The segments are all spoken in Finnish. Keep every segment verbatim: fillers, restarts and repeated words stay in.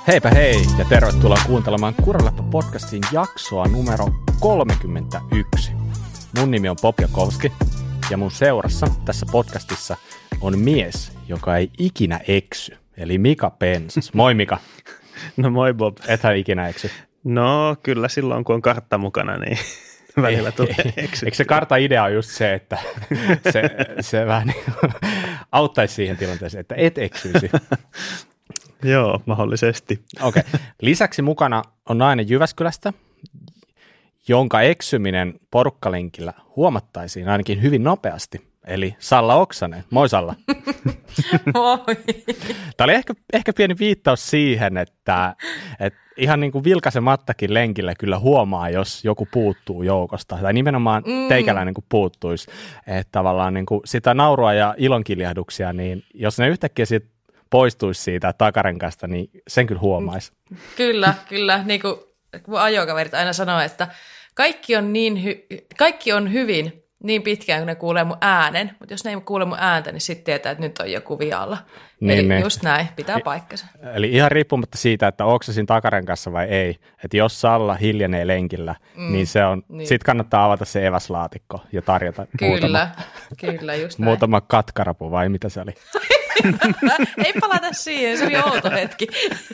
Heipä hei ja tervetuloa kuuntelemaan Kuraläppä-podcastin jaksoa numero kolmekymmentäyksi. Mun nimi on Bob Jakowski ja mun seurassa tässä podcastissa on mies, joka ei ikinä eksy, eli Mika Pensas. Moi Mika. No moi Bob. Ethän ikinä eksy. No kyllä silloin kun on kartta mukana, niin välillä tulee eksyttyä. Eikö se kartta-idea on just se, että se, se vähän niin auttaisi siihen tilanteeseen, että et eksyisi? Joo, mahdollisesti. Okei. Okay. Lisäksi mukana on nainen Jyväskylästä, jonka eksyminen porukkalenkillä huomattaisiin ainakin hyvin nopeasti. Eli Salla Oksanen. Moi Salla. Moi. Tämä oli ehkä, ehkä pieni viittaus siihen, että, että ihan niin kuin vilkaisemattakin lenkillä kyllä huomaa, jos joku puuttuu joukosta. Tai nimenomaan mm. teikäläinen kun puuttuisi. Että tavallaan niin kuin sitä naurua ja ilonkiljahduksia, niin jos ne yhtäkkiä sit poistuisi siitä takarenkasta, niin sen kyllä huomaisi. Kyllä, kyllä. Niin kuin mun ajokaverit aina sanoo, että kaikki on, niin hy- kaikki on hyvin niin pitkään, kun ne kuulee mun äänen, mutta jos ne ei kuule mun ääntä, niin sitten tietää, että nyt on joku vialla. Niin, Eli niin. just näin, pitää paikkansa. Eli ihan riippumatta siitä, että onko se siinä takarenkassa vai ei, että jos Salla hiljenee lenkillä, mm, niin se on, niin. Sitten kannattaa avata se eväslaatikko ja tarjota kyllä, muutama, kyllä, just näin. muutama katkarapu vai mitä se oli? Ei palata siihen, se oli outo hetki.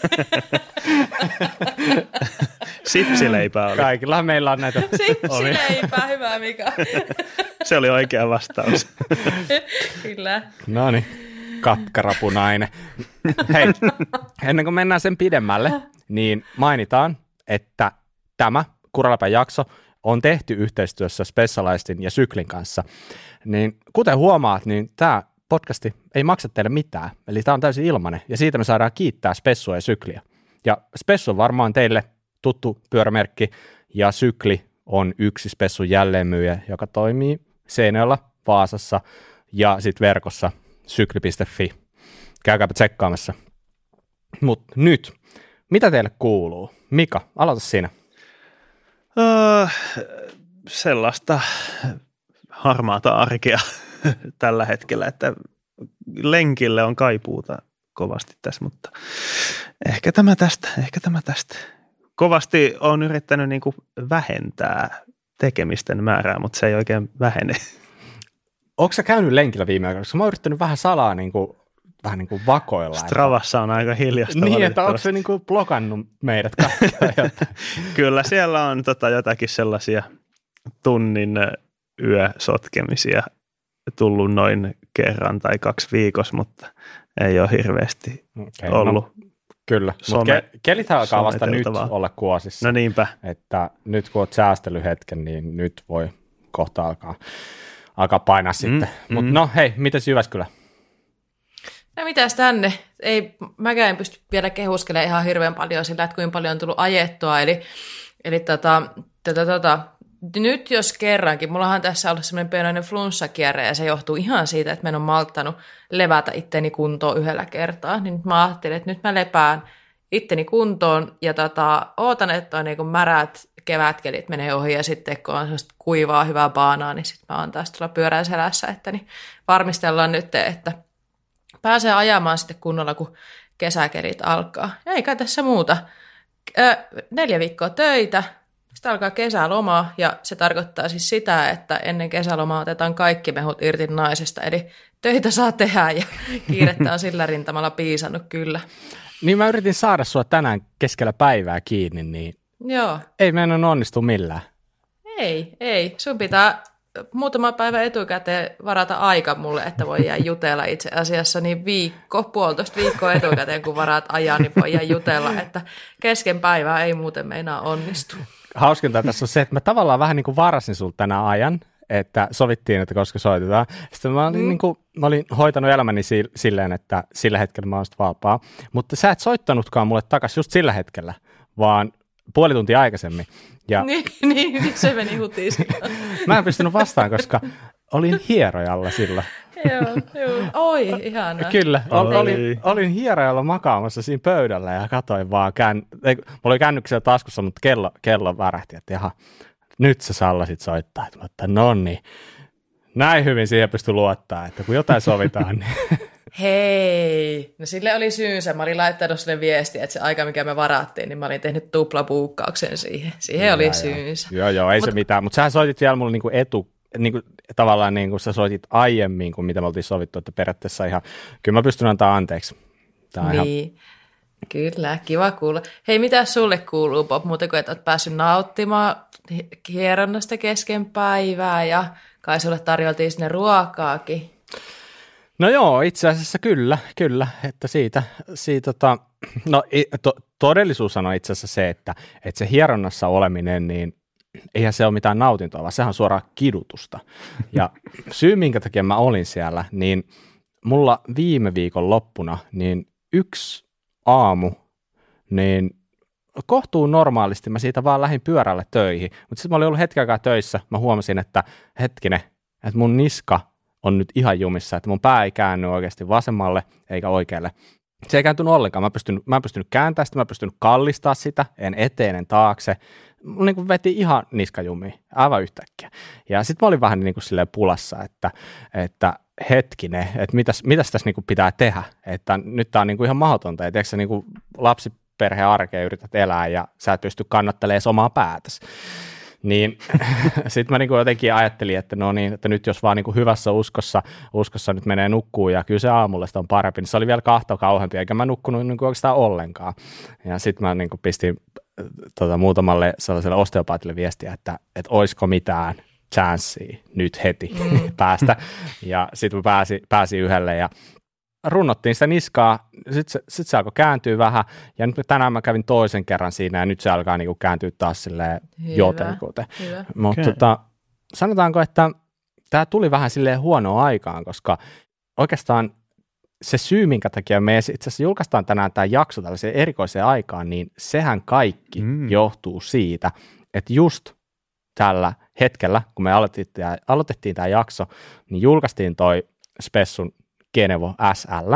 Sipsileipää oli. Kaikilla meillä on näitä. Sipsileipää, hyvä Mika. Se oli oikea vastaus. Kyllä. No niin, katkarapunainen. Hei, ennen kuin mennään sen pidemmälle, niin mainitaan, että tämä Kuraläpän jakso on tehty yhteistyössä Specializedin ja Syklin kanssa. Niin kuten huomaat, niin tämä podcasti ei maksa teille mitään, eli tämä on täysin ilmainen, ja siitä me saadaan kiittää Spessua ja Sykliä. Ja Spessu on varmaan teille tuttu pyörämerkki, ja Sykli on yksi Spessun jälleenmyyjä, joka toimii Seinäjoella, Vaasassa ja sitten verkossa sykli piste fi. Käykääpä tsekkaamassa. Mutta nyt, mitä teille kuuluu? Mika, aloita siinä. Öö, sellaista harmaata arkea tällä hetkellä, että lenkille on kaipuuta kovasti tässä, mutta ehkä tämä tästä, ehkä tämä tästä. Kovasti olen yrittänyt niin kuin vähentää tekemisten määrää, mutta se ei oikein vähene. Onko sä käynyt lenkillä viime aikoina? Koska mä oon yrittänyt vähän salaa niin kuin, vähän niin kuin vakoilla. Stravassa on aika hiljasta. Niin, että onko se niin kuin blokannut meidät kaikkia? Kyllä siellä on tota jotakin sellaisia tunnin yösotkemisia tullut noin kerran tai kaksi viikossa, mutta ei ole hirveästi okay, ollut. No, kyllä, mutta ke- kelithän alkaa vasta nyt olla kuosissa. No niinpä. Että nyt kun olet säästelyhetken, niin nyt voi kohta alkaa, alkaa painaa mm, sitten. Mm. Mutta no hei, mitäs Jyväskylä? No mitäs tänne? Ei, mäkään en pysty vielä kehuskelemaan ihan hirveän paljon sillä, että kuinka paljon on tullut ajettua. Eli, eli tota, tota, tota, nyt jos kerrankin, mullahan tässä ollut semmoinen pienoinen flunssakierre ja se johtuu ihan siitä, että mä en ole malttanut levätä itteni kuntoon yhdellä kertaa. Niin mä ajattelin, että nyt mä lepään itteni kuntoon ja tota, ootan, että on niin märät kevätkelit menee ohi ja sitten kun on sellaista kuivaa hyvää baanaa, niin sitten mä oon taas tuolla pyörän selässä, että niin varmistellaan nyt, että pääsee ajamaan sitten kunnolla, kun kesäkelit alkaa. Ja eikä tässä muuta. Ö, neljä viikkoa töitä. Sitten alkaa kesäloma ja se tarkoittaa siis sitä, että ennen kesälomaa otetaan kaikki mehut irti naisesta. Eli töitä saa tehdä ja kiirettä on sillä rintamalla piisannut kyllä. Niin mä yritin saada sua tänään keskellä päivää kiinni, niin joo. Ei meidän onnistu millään. Ei, ei. Sun pitää muutama päivä etukäteen varata aika mulle, että voi jää jutella itse asiassa, niin viikko, puolitoista viikkoa etukäteen, kun varaat ajan, niin voi jää jutella, että kesken päivää ei muuten meinaa onnistu. Hauskinta tässä on se, että mä tavallaan vähän niin kuin varasin sulta tänä ajan, että sovittiin, että koska soitetaan. Sitten mä olin, mm. niin kuin, mä olin hoitanut elämäni silleen, että sillä hetkellä mä oon sitten vapaa, mutta sä et soittanutkaan mulle takaisin just sillä hetkellä, vaan puoli tuntia aikaisemmin. Ja niin, niin, se meni hutiin. Mä en pystynyt vastaan, koska olin hierojalla sillä. Joo, joo. Oi, ihanaa. Kyllä, ol, olin, olin hierojalla makaamassa siinä pöydällä ja katsoin vaan, kään, ei, mulla oli kännyksellä taskussa, mutta kello, kello värähti, että jaha, nyt se Salla sit soittaa. Että no niin, näin hyvin siihen pystyi luottaa, että kun jotain sovitaan, niin Hei, no sille oli syynsä. Mä olin laittanut sille viestiä, että se aika, mikä me varattiin, niin mä olin tehnyt tuplapuukkauksen siihen. Siihen ja, oli ja, syynsä. Joo, joo, ei Mut, se mitään. Mutta sähän soitit vielä mulle niinku etu, niinku, tavallaan niin kuin sä soitit aiemmin, kuin mitä me oltiin sovittu, että periaatteessa ihan, kyllä mä pystyn antaa anteeksi. Tää niin, ihan... kyllä, kiva kuulla. Hei, mitä sulle kuuluu, Bob, muuten kuin että oot päässyt nauttimaan hieronnasta kesken päivää ja kai sulle tarjoltiin sinne ruokaakin. No joo, itse asiassa kyllä, kyllä, että siitä, siitä tota, no to, todellisuus on itse asiassa se, että, että se hieronnassa oleminen, niin eihän se ole mitään nautintoa, vaan sehän on suoraan kidutusta. Ja syy, minkä takia mä olin siellä, niin mulla viime viikon loppuna, niin yksi aamu, niin kohtuun normaalisti mä siitä vaan lähdin pyörälle töihin, mutta sitten mä olin ollut hetken aikaa töissä, mä huomasin, että hetkinen, että mun niska on nyt ihan jumissa, että mun pää ei käänny oikeasti vasemmalle eikä oikealle. Se ei kääntynyt ollenkaan. Mä en pystynyt, mä en pystynyt kääntämään sitä, mä en pystynyt kallistaa sitä, en eteen, en taakse. Mun niin kuin veti ihan niskajumiin, aivan yhtäkkiä. Ja sitten mä olin vähän niin kuin silleen pulassa, että, että hetkinen, että mitäs, mitäs tässä niin kuin pitää tehdä. Että nyt tää on niin kuin ihan mahdotonta. Ja tiedätkö, niin kuin lapsiperheen arkea yrität elää ja sä et pysty kannattelemaan omaa päätäsi. Niin sitten mä niinku jotenkin ajattelin, että no niin, että nyt jos vaan niinku hyvässä uskossa, uskossa nyt menee nukkuun ja kyllä se aamulla sitä on parempi, niin se oli vielä kahta kauheampi, eikä mä nukkunut niinku oikeastaan ollenkaan. Ja sitten mä niinku pistin tota, muutamalle sellaiselle osteopaatille viestiä, että et olisiko mitään chanssiä nyt heti mm. päästä. Ja sitten mä pääsin, pääsin yhdelle ja runnottiin sitä niskaa, sitten se, sit se alkoi kääntyä vähän, ja nyt tänään mä kävin toisen kerran siinä, ja nyt se alkaa niinku kääntyä taas silleen jotenkuten. Mutta okay. tota, sanotaanko, että tämä tuli vähän silleen huonoa aikaan, koska oikeastaan se syy, minkä takia me itse asiassa julkaistaan tänään tämä jakso tällaiseen erikoiseen aikaan, niin sehän kaikki mm. johtuu siitä, että just tällä hetkellä, kun me aloitettiin, aloitettiin tämä jakso, niin julkaistiin toi Spessun Genevo S L,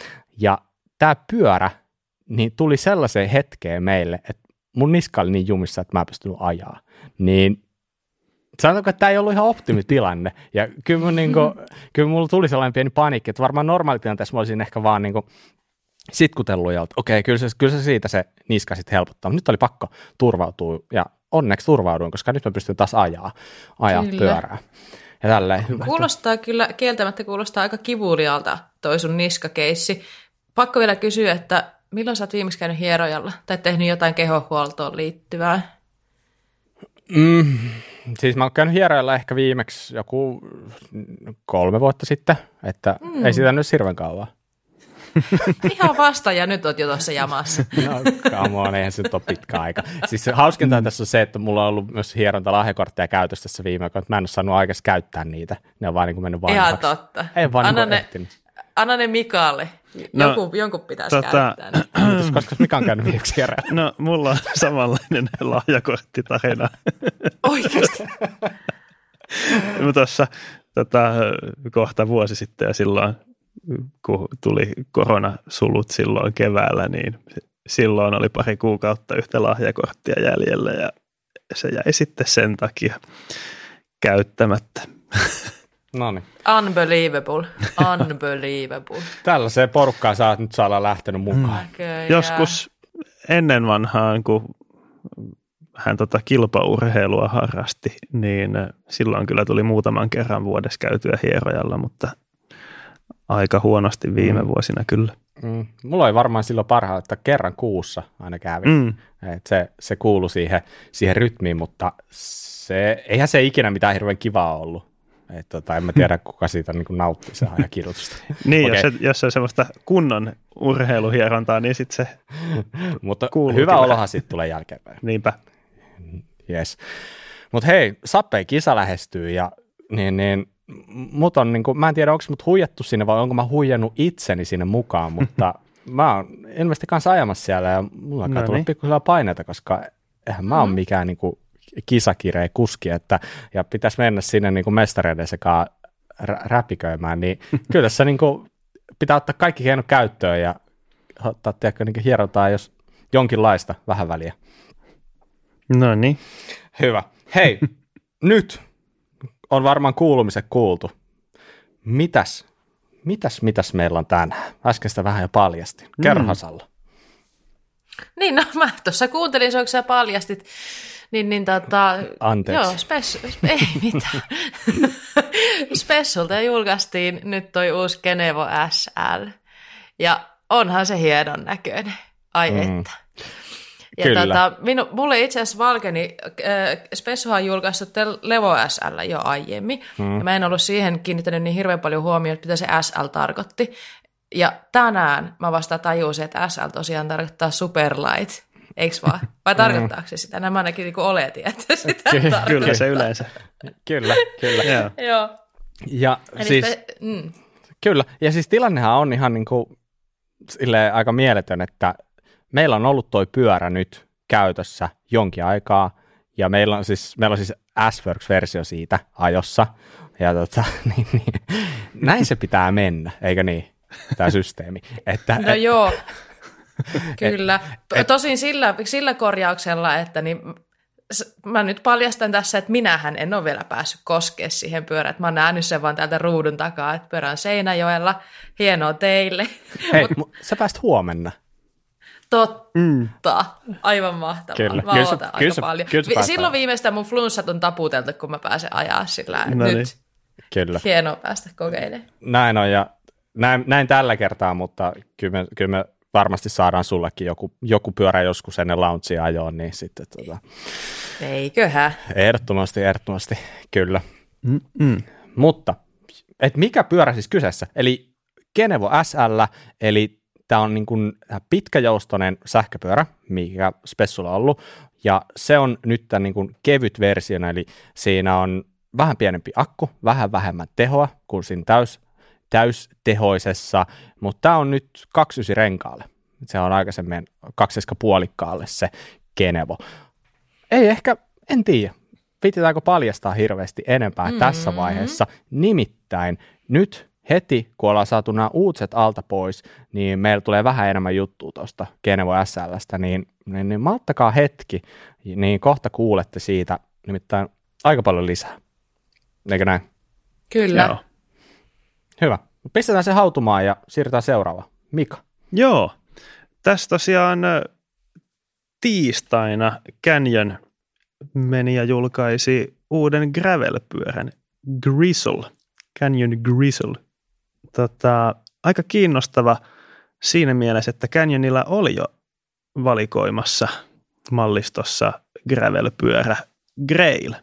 ja tämä pyörä niin tuli sellaiseen hetkeen meille, että mun niska oli niin jumissa, että mä en pystynyt ajaa. Niin sanotaanko, että tämä ei ollut ihan optimitilanne, ja kyllä, mun, niin kuin, kyllä mulla tuli sellainen pieni paniikki, että varmaan normaalitilanteessa mä olisin ehkä vaan niin kuin sitkutellut, ja okei, kyllä se, kyllä se siitä se niska sitten helpottaa, mutta nyt oli pakko turvautua, ja onneksi turvauduin, koska nyt mä pystyn taas ajaa, ajaa pyörää. Ja tälleen. Kuulostaa kyllä, kieltämättä kuulostaa aika kivulialta toi sun niskakeissi. Pakko vielä kysyä, että milloin sä oot viimeksi käynyt hierojalla tai tehnyt jotain kehohuoltoon liittyvää? Mm, siis mä oon käynyt hierojalla ehkä viimeksi joku kolme vuotta sitten, että mm. ei sitä nyt hirveän kauan. Ihan vasta ja nyt oot jo tuossa jamassa. No come on, eihän se nyt ole pitkä aika. Siis hauskinta mm. tässä on se, että mulla on ollut myös hierontalahjakortteja käytössä tässä viime aikoina, että mä en ole saanut aikaisemmin käyttää niitä. Ne on vaan niin kuin mennyt vanhaksi. Ihan totta. Ei vaan anna, niin ne, ehtinyt. Anna ne Mikalle. No, jonkun, jonkun pitäisi tota, käyttää. Niin. Koska Mika on käynyt viimeksi hierojalla. No mulla on samanlainen lahjakorttitarina. Oikeasti? Mä tuossa tota, kohta vuosi sitten ja silloin kun tuli koronasulut silloin keväällä, niin silloin oli pari kuukautta yhtä lahjakorttia jäljellä ja se jäi sitten sen takia käyttämättä. No niin. Unbelievable. Unbelievable. Tällaiseen porukkaan sä oot nyt saada lähtenyt mukaan. Okay, Joskus ennen vanhaan, kun hän tota kilpaurheilua harrasti, niin silloin kyllä tuli muutaman kerran vuodessa käytyä hierojalla, mutta aika huonosti viime mm. vuosina kyllä. Mm. Mulla oli varmaan silloin parhaalla, että kerran kuussa aina kävin. Mm. Et se, se kuului siihen, siihen rytmiin, mutta se, eihän se ikinä mitään hirveän kivaa ollut. Et tota, en mä tiedä, kuka siitä niin nautti se ajan kirjoitusta. Niin, okay. jos, se, jos se on semmoista kunnon urheiluhierontaa, niin sitten se mutta hyvä olohan sitten tulee jälkeenpäin. Niinpä. Yes. Mutta hei, Sappeen kisa lähestyy ja niin, niin mut on, niin kuin, mä en tiedä, onko mut huijattu sinne vai onko mä huijannut itseni sinne mukaan, mutta mä oon ilmeisesti kanssa ajamassa siellä ja mulla alkaa no tulla niin. pikkuisella paineita, koska eihän mä oon mm. mikään niin kuin kisakireä kuski, että, ja pitäisi mennä sinne niin kuin mestareiden sekaan rä- räpiköimään, niin kyllä tässä niin kuin pitää ottaa kaikki hieno käyttöön ja ottaa tiedätkö, niin hierotaan, jos jonkinlaista vähän väliä. No niin. Hyvä. Hei, nyt on varmaan kuulumiset kuultu. Mitäs mitäs, mitäs meillä on tänään? Äsken sitä vähän jo paljasti. Kerro, Hasalla. Niin, no mä tuossa kuuntelin, se onko sä paljastit. Niin, niin tota... Anteeksi. Joo, spes, ei mitään. Specialta julkaistiin nyt toi uusi Genevo S L. Ja onhan se hienon näköinen. Ai mm. että. Ja Kyllä. Tota, minu, mulle itse asiassa valkeni, äh, Spessuhan on julkaissut Levo S L jo aiemmin, mm. ja mä en ollut siihen kiinnittänyt niin hirveän paljon huomioon, että mitä se S L tarkoitti. Ja tänään mä vasta tajusin, että S L tosiaan tarkoittaa superlight, eikö vaan? Vai tarkoittaako se sitä? Nämä ainakin niin oletin, että sitä Ky- tarkoittaa. Kyllä se yleensä. Kyllä, kyllä. Joo. Joo. Ja Eli siis, spe- mm. kyllä, ja siis tilannehan on ihan niin kuin, silleen aika mieletön, että meillä on ollut toi pyörä nyt käytössä jonkin aikaa, ja meillä on siis, meillä on siis S-Works-versio siitä ajossa, ja tota, niin, niin, näin se pitää mennä, eikö niin, tämä systeemi. Että, No et, joo, kyllä. et- Tosin sillä, sillä korjauksella, että niin, s- mä nyt paljastan tässä, että minähän en ole vielä päässyt koskemaan siihen pyörään, että mä oon nähnyt sen vaan täältä ruudun takaa, että pyörä on Seinäjoella, hienoa teille. hei, mu- sä pääst huomenna. Totta, Mm. aivan mahtavaa. Kyllä. Mä Kyllä sä- ootan kyllä aika sä- paljon. kyllä sä Vi- pääset Silloin ajamaan. viimeistään mun flunssat on taputeltu, kun mä pääsen ajaa sillä No nyt. niin. Kyllä. Hienoa päästä kokeilemaan. Näin on, ja näin, näin tällä kertaa, mutta kyllä me, kyllä me varmasti saadaan sullekin joku, joku pyörä joskus ennen launchia ajoon, niin sitten tota, Eiköhän. ehdottomasti, ehdottomasti, kyllä. Mm-mm. Mutta, et mikä pyörä siis kyseessä? Eli Genevo S L, eli tämä on niin kuin pitkäjoustoinen sähköpyörä, mikä Spessulla on ollut, ja se on nyt tämän niin kuin kevyt versio, eli siinä on vähän pienempi akku, vähän vähemmän tehoa kuin siinä täys, täystehoisessa, mutta tämä on nyt kaksikymmentä renkaalle. Se on aikaisemmin kaksiska puolikkaalle se Genevo. Ei ehkä, en tiedä, pitääkö paljastaa hirveästi enempää mm-hmm. tässä vaiheessa. Nimittäin nyt heti, kun ollaan saatu nämä uutiset alta pois, niin meillä tulee vähän enemmän juttua tuosta Genevo S L:stä, niin, niin, niin malttakaa hetki, niin kohta kuulette siitä nimittäin aika paljon lisää. Eikö näin? Kyllä. Joo. Hyvä. Pistetään se hautumaan ja siirrytään seuraavaan. Mika. Joo. Tässä tosiaan ö, tiistaina Canyon meni ja julkaisi uuden gravel-pyörän Grizzle. Canyon Grizzle. Tota, aika kiinnostava siinä mielessä, että Canyonilla oli jo valikoimassa mallistossa gravel-pyörä Grail.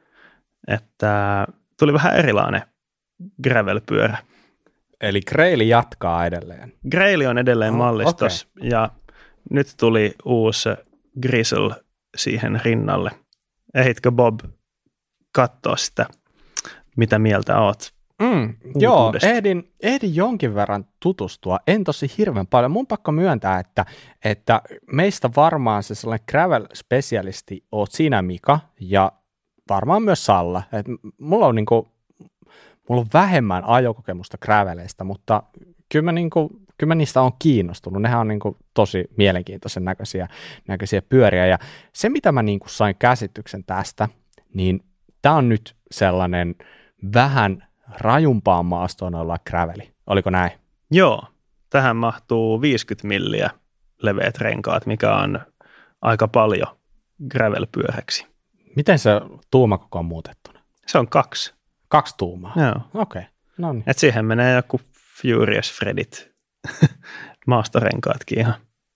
Että tuli vähän erilainen gravel-pyörä. Eli Grail jatkaa edelleen. Grail on edelleen Oh, mallistossa ja nyt tuli uusi Grizzle siihen rinnalle. Ehitkö Bob katsoa sitä, mitä mieltä oot? Mm, joo, ehdin, ehdin jonkin verran tutustua, en tosi hirveän paljon. Mun pakko myöntää, että, että meistä varmaan se sellainen gravel-spesialisti oot sinä, Mika, ja varmaan myös Salla. Et mulla, on niinku, mulla on vähemmän ajokokemusta graveleista, mutta kyllä mä, niinku, kyllä mä niistä on kiinnostunut. Nehän on niinku tosi mielenkiintoisen näköisiä, näköisiä pyöriä. Ja se, mitä mä niinku sain käsityksen tästä, niin tää on nyt sellainen vähän rajumpaan maastoon olla graveli. Oliko näin? Joo, tähän mahtuu viisikymmentä milliä leveät renkaat, mikä on aika paljon gravel-pyöräksi. Miten se tuumakoko on muutettuna? Se on kaksi. Kaksi tuumaa? Joo. Okei, okay. No niin. Et siihen menee joku Furious Fredit maastorenkaatkin ihan.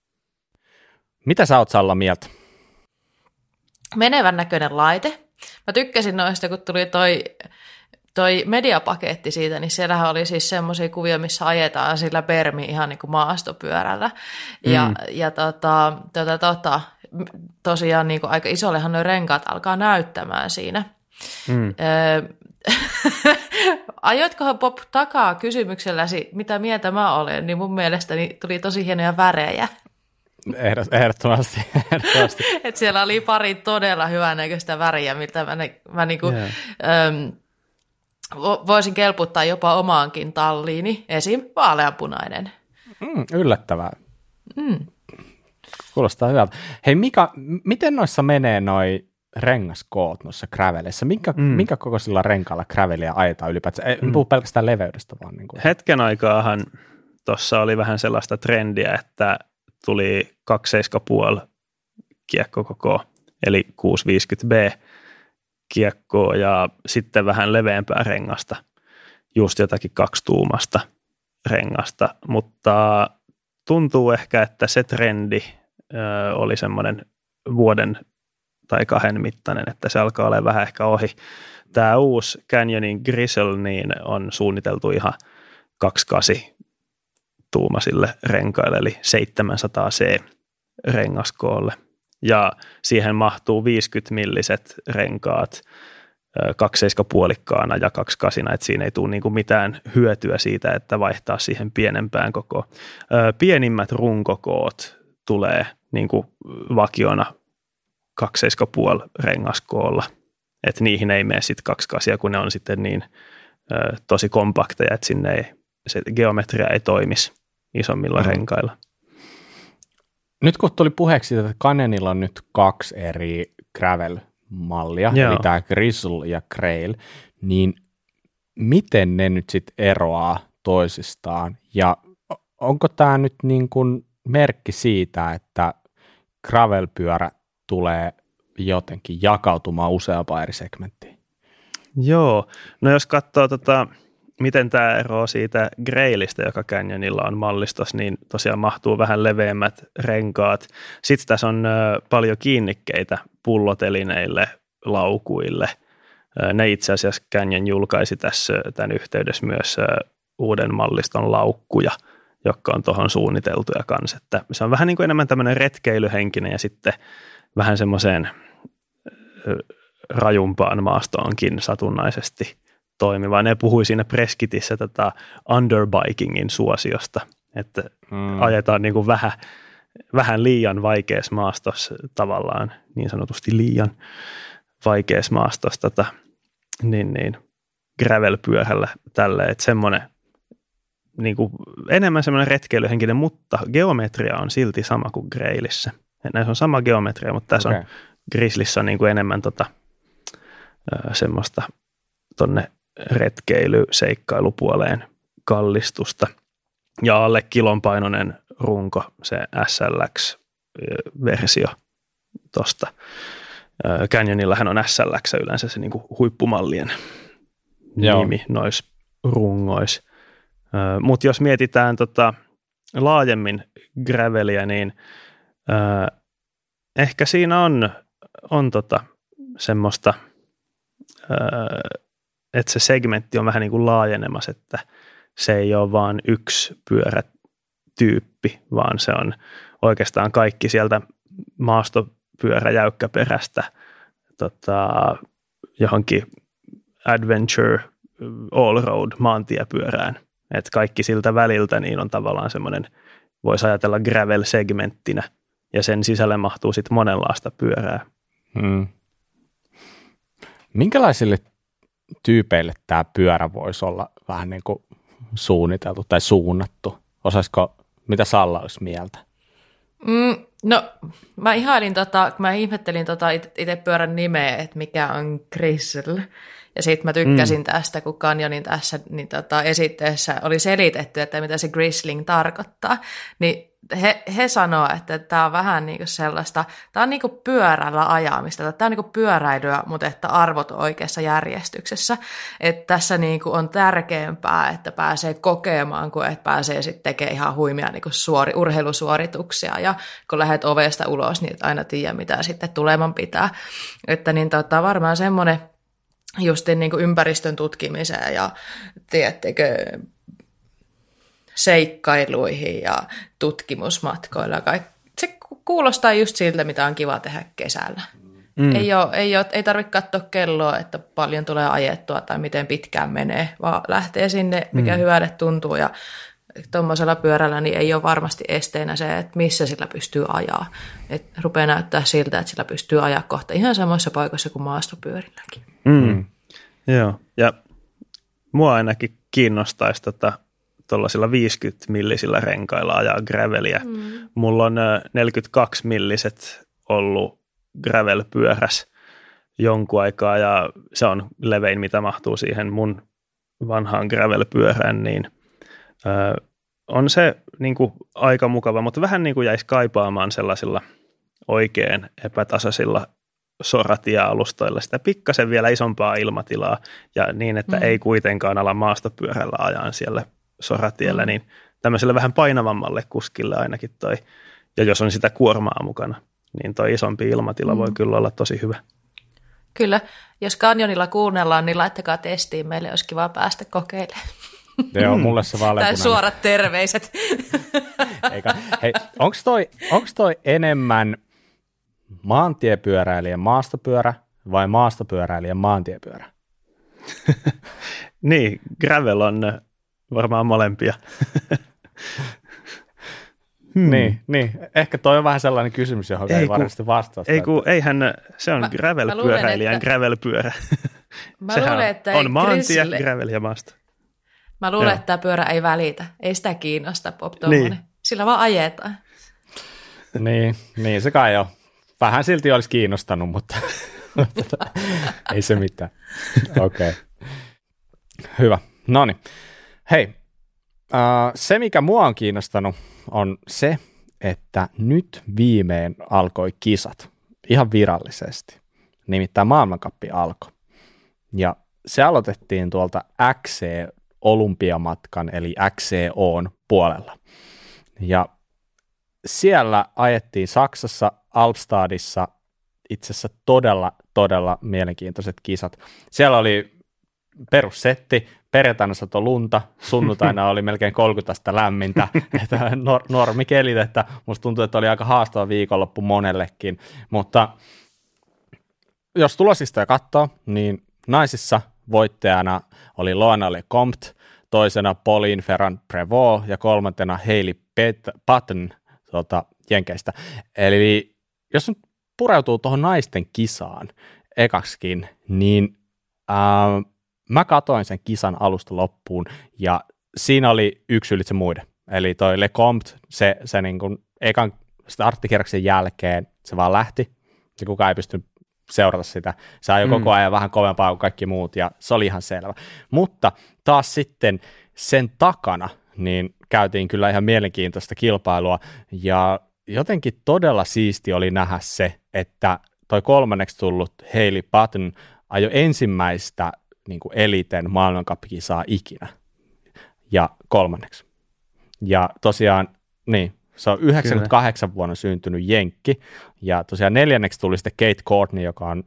Mitä sä oot, Salla, mieltä? Menevän näköinen laite. Mä tykkäsin noista, kun tuli toi, toi mediapaketti siitä, niin siellähän oli siis semmoisia kuvia, missä ajetaan sillä permi ihan niin kuin maastopyörällä. Ja, mm. ja tota, tota, tota, tosiaan niin kuin aika isollehan nuo renkaat alkaa näyttämään siinä. Mm. Öö, ajoitkohan Bob takaa kysymykselläsi, mitä mieltä mä olen, niin mun mielestäni tuli tosi hienoja värejä. Ehdottomasti. ehdottomasti. Et siellä oli pari todella hyvänäköistä väriä, mitä mä, mä niinku, yeah. äm, voisin kelputtaa jopa omaankin talliini, esim. Vaaleanpunainen. Mm, yllättävää. Mm. Kuulostaa hyvältä. Hei Mika, miten noissa menee noi rengaskoot noissa graveleissä? Minkä, Mm. minkä kokoisilla renkailla gravelia ajetaan ylipäätään? Ei mm. puhu pelkästään leveydestä, vaan niin kuin. Hetken aikaahan tuossa oli vähän sellaista trendiä, että tuli kaksi seitsemän pilkku viisi kiekkokoko, eli kuusi viisikymmentä B kiekkoa ja sitten vähän leveämpää rengasta, just jotakin kaksituumasta rengasta, mutta tuntuu ehkä, että se trendi ö, oli semmoinen vuoden tai kahden mittainen, että se alkaa olla vähän ehkä ohi. Tämä uusi Canyonin Grizzle niin on suunniteltu ihan kaksikymmentäkahdeksan tuumaisille renkaille, eli seitsemänsataa C rengaskoolle. Ja siihen mahtuu viisikymmentä milliset renkaat, kaksi seitsemän puolikkaana ja kaksi kahdeksan, että siinä ei tule niinku mitään hyötyä siitä, että vaihtaa siihen pienempään kokoon. Pienimmät runkokoot tulee niinku vakiona kaksi seitsemän puoli rengaskoolla, että niihin ei mene sitten kaksi kahdeksan, kun ne on sitten niin ö, tosi kompakteja, että sinne ei, se geometria ei toimisi isommilla mm. renkailla. Nyt kun tuli puheeksi, että Canyonilla on nyt kaksi eri gravel-mallia, Joo. eli tämä Grizzle ja Grail, niin miten ne nyt sitten eroaa toisistaan? Ja onko tämä nyt niin kuin merkki siitä, että gravel-pyörä tulee jotenkin jakautumaan useampaan eri segmenttiin? Joo, no jos katsoo tota, miten tämä eroaa siitä Grailistä, joka Canyonilla on mallistos, niin tosiaan mahtuu vähän leveämmät renkaat. Sitten tässä on ö, paljon kiinnikkeitä pullotelineille, laukuille. Ö, ne itse asiassa Canyon julkaisi tässä tämän yhteydessä myös ö, uuden malliston laukkuja, jotka on tuohon suunniteltuja kanssa. Että se on vähän niin kuin enemmän tämmöinen retkeilyhenkinen ja sitten vähän semmoiseen ö, rajumpaan maastoonkin satunnaisesti toimiva. Ne puhui siinä preskitissä tätä underbikingin suosiosta, että mm. ajetaan niin kuin vähän, vähän liian vaikeassa maastossa tavallaan, niin sanotusti liian vaikeassa maastossa tätä, niin, niin gravel-pyörällä tälleen, että semmoinen niin kuin, enemmän semmoinen retkeilyhenkinen, mutta geometria on silti sama kuin Grailissä. Näissä on sama geometria, mutta tässä okay. on Grizzlissä on niin kuin enemmän tota, semmoista tonne retkeily-seikkailupuoleen kallistusta. Ja alle kilonpainoinen runko, se S L X-versio tuosta. Canyonillahan on S L X yleensä se niinku huippumallien Joo. nimi noissa rungoissa. Mutta jos mietitään tota laajemmin graveliä, niin ö, ehkä siinä on, on tota semmoista, ö, että se segmentti on vähän niin kuin laajenemassa, että se ei ole vain yksi pyörätyyppi, vaan se on oikeastaan kaikki sieltä maastopyöräjäykkäperästä tota, johonkin adventure all-road maantiepyörään. Että kaikki siltä väliltä niin on tavallaan semmoinen, voisi ajatella gravel-segmenttinä, ja sen sisälle mahtuu sitten monenlaista pyörää. Hmm. Minkälaisille tyypeille tämä pyörä voisi olla vähän niin kuin suunniteltu tai suunnattu? Osaisiko, mitä Salla olisi mieltä? Mm, no, mä ihailin, tota, mä ihmettelin tota itse pyörän nimeä, että mikä on Grizzle. Ja sitten mä tykkäsin mm. tästä, kun Canyonin tässä niin tota, esitteessä oli selitetty, että mitä se grizzling tarkoittaa. Niin he, he sanoo, että tämä on vähän niin kuin sellaista, tämä on niin kuin pyörällä ajamista, tämä on niin kuin pyöräilyä, mutta että arvot on oikeassa järjestyksessä. Että tässä niin kuin on tärkeämpää, että pääsee kokemaan, kuin että pääsee sitten tekemään ihan huimia niin kuin suori, urheilusuorituksia. Ja kun lähdet ovesta ulos, niin et aina tiedä, mitä sitten tuleman pitää. Että niin tota, varmaan semmoinen justin niin kuin ympäristön tutkimiseen ja tiedättekö, seikkailuihin ja tutkimusmatkoilla. Se kuulostaa just siltä, mitä on kiva tehdä kesällä. Mm. Ei, ole, ei, ole, ei tarvitse katsoa kelloa, että paljon tulee ajettua tai miten pitkään menee, vaan lähtee sinne, mikä mm. hyvälle tuntuu. Ja tuommoisella pyörällä niin ei ole varmasti esteenä se, että missä sillä pystyy ajaa. Et rupeaa näyttää siltä, että sillä pystyy ajaa kohta ihan samoissa paikoissa kuin maastopyörilläkin. Mm. Mm. Joo, ja mua ainakin kiinnostaisi tota, tuollaisilla viisikymmentä millisillä renkailla ajaa graveliä. Mm. Mulla on neljäkymmentäkaksi milliset ollut gravel-pyöräs, jonkun aikaa ja se on levein, mitä mahtuu siihen mun vanhaan gravel-pyörään, niin ö, on se niin kuin aika mukava, mutta vähän niin kuin jäisi kaipaamaan sellaisilla oikein epätasaisilla soratie-alustoilla sitä pikkasen vielä isompaa ilmatilaa ja niin, että mm. ei kuitenkaan ala maastopyörällä ajan siellä soratiellä, mm. niin tämmöiselle vähän painavammalle kuskille ainakin toi, ja jos on sitä kuormaa mukana, niin toi isompi ilmatila mm. voi kyllä olla tosi hyvä. Kyllä, jos Canyonilla kuunnellaan, niin laittakaa testiin, meille olisi kiva päästä kokeilemaan. Joo, mulle se vaaleanpunainen. Tai suorat terveiset. Eikä. Hei, onko toi, onks toi enemmän maantiepyöräilijän maastopyörä vai maastopyöräilijän maantiepyörä? Niin, gravel on varmaan molempia. hmm. Niin, niin, ehkä toi on vähän sellainen kysymys, johon ei, ei varmasti vastausta. Ei kun, eihän, se on gravel-pyöräilijän että... gravel-pyörä. Mä luulen, että on maantie, Chrisille... gravel ja maasto. Mä luulen, Joo. että tämä pyörä ei välitä. Ei sitä kiinnosta, Bob tommonen. Niin. Sillä vaan ajetaan. niin, niin, se kai on. Vähän silti olisi kiinnostanut, mutta ei se mitään. Okei. Okay. Hyvä. Noniin. Hei, uh, se mikä mua on kiinnostanut on se, että nyt viimein alkoi kisat ihan virallisesti. Nimittäin maailmankappi alkoi. Ja se aloitettiin tuolta X C-olympiamatkan eli X C O:n puolella. Ja siellä ajettiin Saksassa, Alpstadissa itse asiassa todella, todella mielenkiintoiset kisat. Siellä oli perussetti, perjantaina satoi lunta, sunnuntaina oli melkein kolmekymmentä astetta lämmintä, että nor- normikelit, että musta tuntuu, että oli aika haastava viikonloppu monellekin, mutta jos tulosista katsoo, niin naisissa voittajana oli Loana Lecomte, toisena Pauline Ferrand-Prévot ja kolmantena Hailey Patton tuota, Jenkeistä. Eli jos nyt pureutuu tuohon naisten kisaan ekaksikin, niin ää, mä katoin sen kisan alusta loppuun ja siinä oli yksi ylitse muiden. Eli toi Lecomte, se, se niin kuin ekan starttikierroksen jälkeen se vaan lähti ja kukaan ei pystynyt seurata sitä. Se ajoi mm. koko ajan vähän kovempaa kuin kaikki muut ja se oli ihan selvä. Mutta taas sitten sen takana niin käytiin kyllä ihan mielenkiintoista kilpailua ja jotenkin todella siisti oli nähdä se, että toi kolmanneksi tullut Hailey Patton ajoi ensimmäistä niin kuin eliten maailmankappikisaa ikinä ja kolmanneksi. Ja tosiaan, niin, se on yhdeksänkymmentäkahdeksan Kyllä. vuonna syntynyt jenkki ja tosiaan neljänneksi tuli sitten Kate Courtney, joka on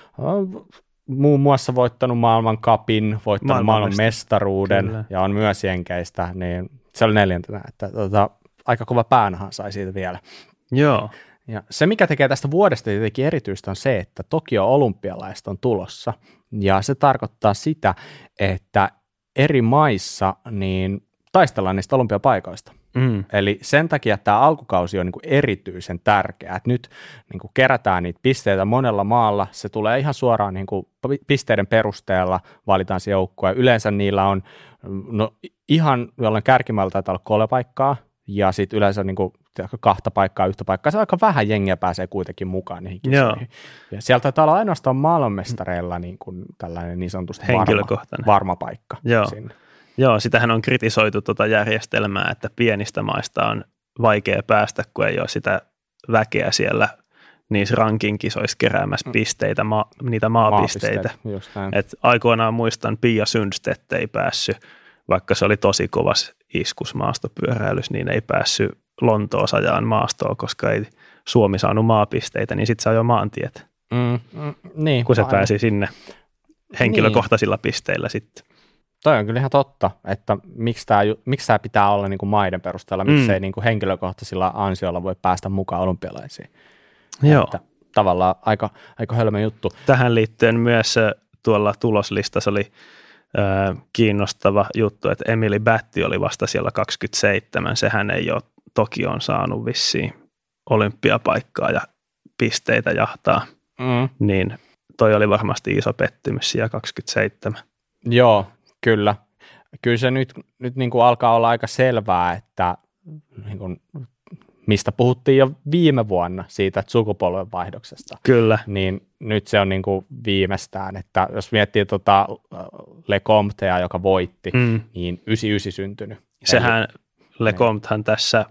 äh, muun muassa voittanut maailmankapin, voittanut maailman mestaruuden Kyllä. ja on myös jenkeistä, niin se oli neljäntenä, että tota, aika kova päänahan sai siitä vielä. Joo. Ja se, mikä tekee tästä vuodesta tietenkin erityistä, on se, että Tokio-olympialaiset on tulossa, ja se tarkoittaa sitä, että eri maissa niin taistellaan niistä olympiapaikoista. Mm. Eli sen takia tämä alkukausi on niin kuin erityisen tärkeä, että nyt niin kuin kerätään niitä pisteitä monella maalla, se tulee ihan suoraan niin kuin pisteiden perusteella, valitaan se joukkue, yleensä niillä on no, ihan jollain kärkimällä taitaa olla kolme paikkaa, ja sitten yleensä niin kuin kahta paikkaa, yhtä paikkaa, se aika vähän jengiä pääsee kuitenkin mukaan niihin kisoihin. Ja sieltä taitaa olla ainoastaan maailmanmestareilla niin kuin tällainen niin sanotusti varma, varma paikka. Joo. Joo, sitähän on kritisoitu tuota järjestelmää, että pienistä maista on vaikea päästä, kun ei ole sitä väkeä siellä niissä ranking-kisoissa keräämässä pisteitä, ma, niitä maapisteitä. Et aikoinaan muistan, Pia Sundstedt ei päässyt, vaikka se oli tosi kovas iskus maastopyöräilys, niin ei päässyt Lontoossa ajaan maastoon, koska ei Suomi saanut maapisteitä, niin sitten se ajoi maantiet, mm, mm, niin, kun se aivan. pääsi sinne henkilökohtaisilla niin. pisteillä sitten. Toi on kyllä ihan totta, että miksi tämä, miksi tämä pitää olla niin kuin maiden perusteella, mm. miksi ei niin kuin henkilökohtaisilla ansioilla voi päästä mukaan olympialaisiin. Joo. Että tavallaan aika, aika hölmö juttu. Tähän liittyen myös tuolla tuloslistassa oli äh, kiinnostava juttu, että Emily Batti oli vasta siellä kaksikymmentäseitsemän, sehän ei ole Tokioon saanut vissiin olympiapaikkaa ja pisteitä jahtaa, mm. niin toi oli varmasti iso pettymys siellä kaksikymmentäseitsemän. Joo. Kyllä. Kyllä se nyt, nyt niin kuin alkaa olla aika selvää, että niin kuin mistä puhuttiin jo viime vuonna siitä sukupolvenvaihdoksesta. Kyllä. Niin nyt se on niin kuin viimeistään, että jos miettii tota Lecomtea, joka voitti, mm. niin yhdeksänkymmentäyhdeksän syntynyt. Sehän Eli, Lecomtehan tässä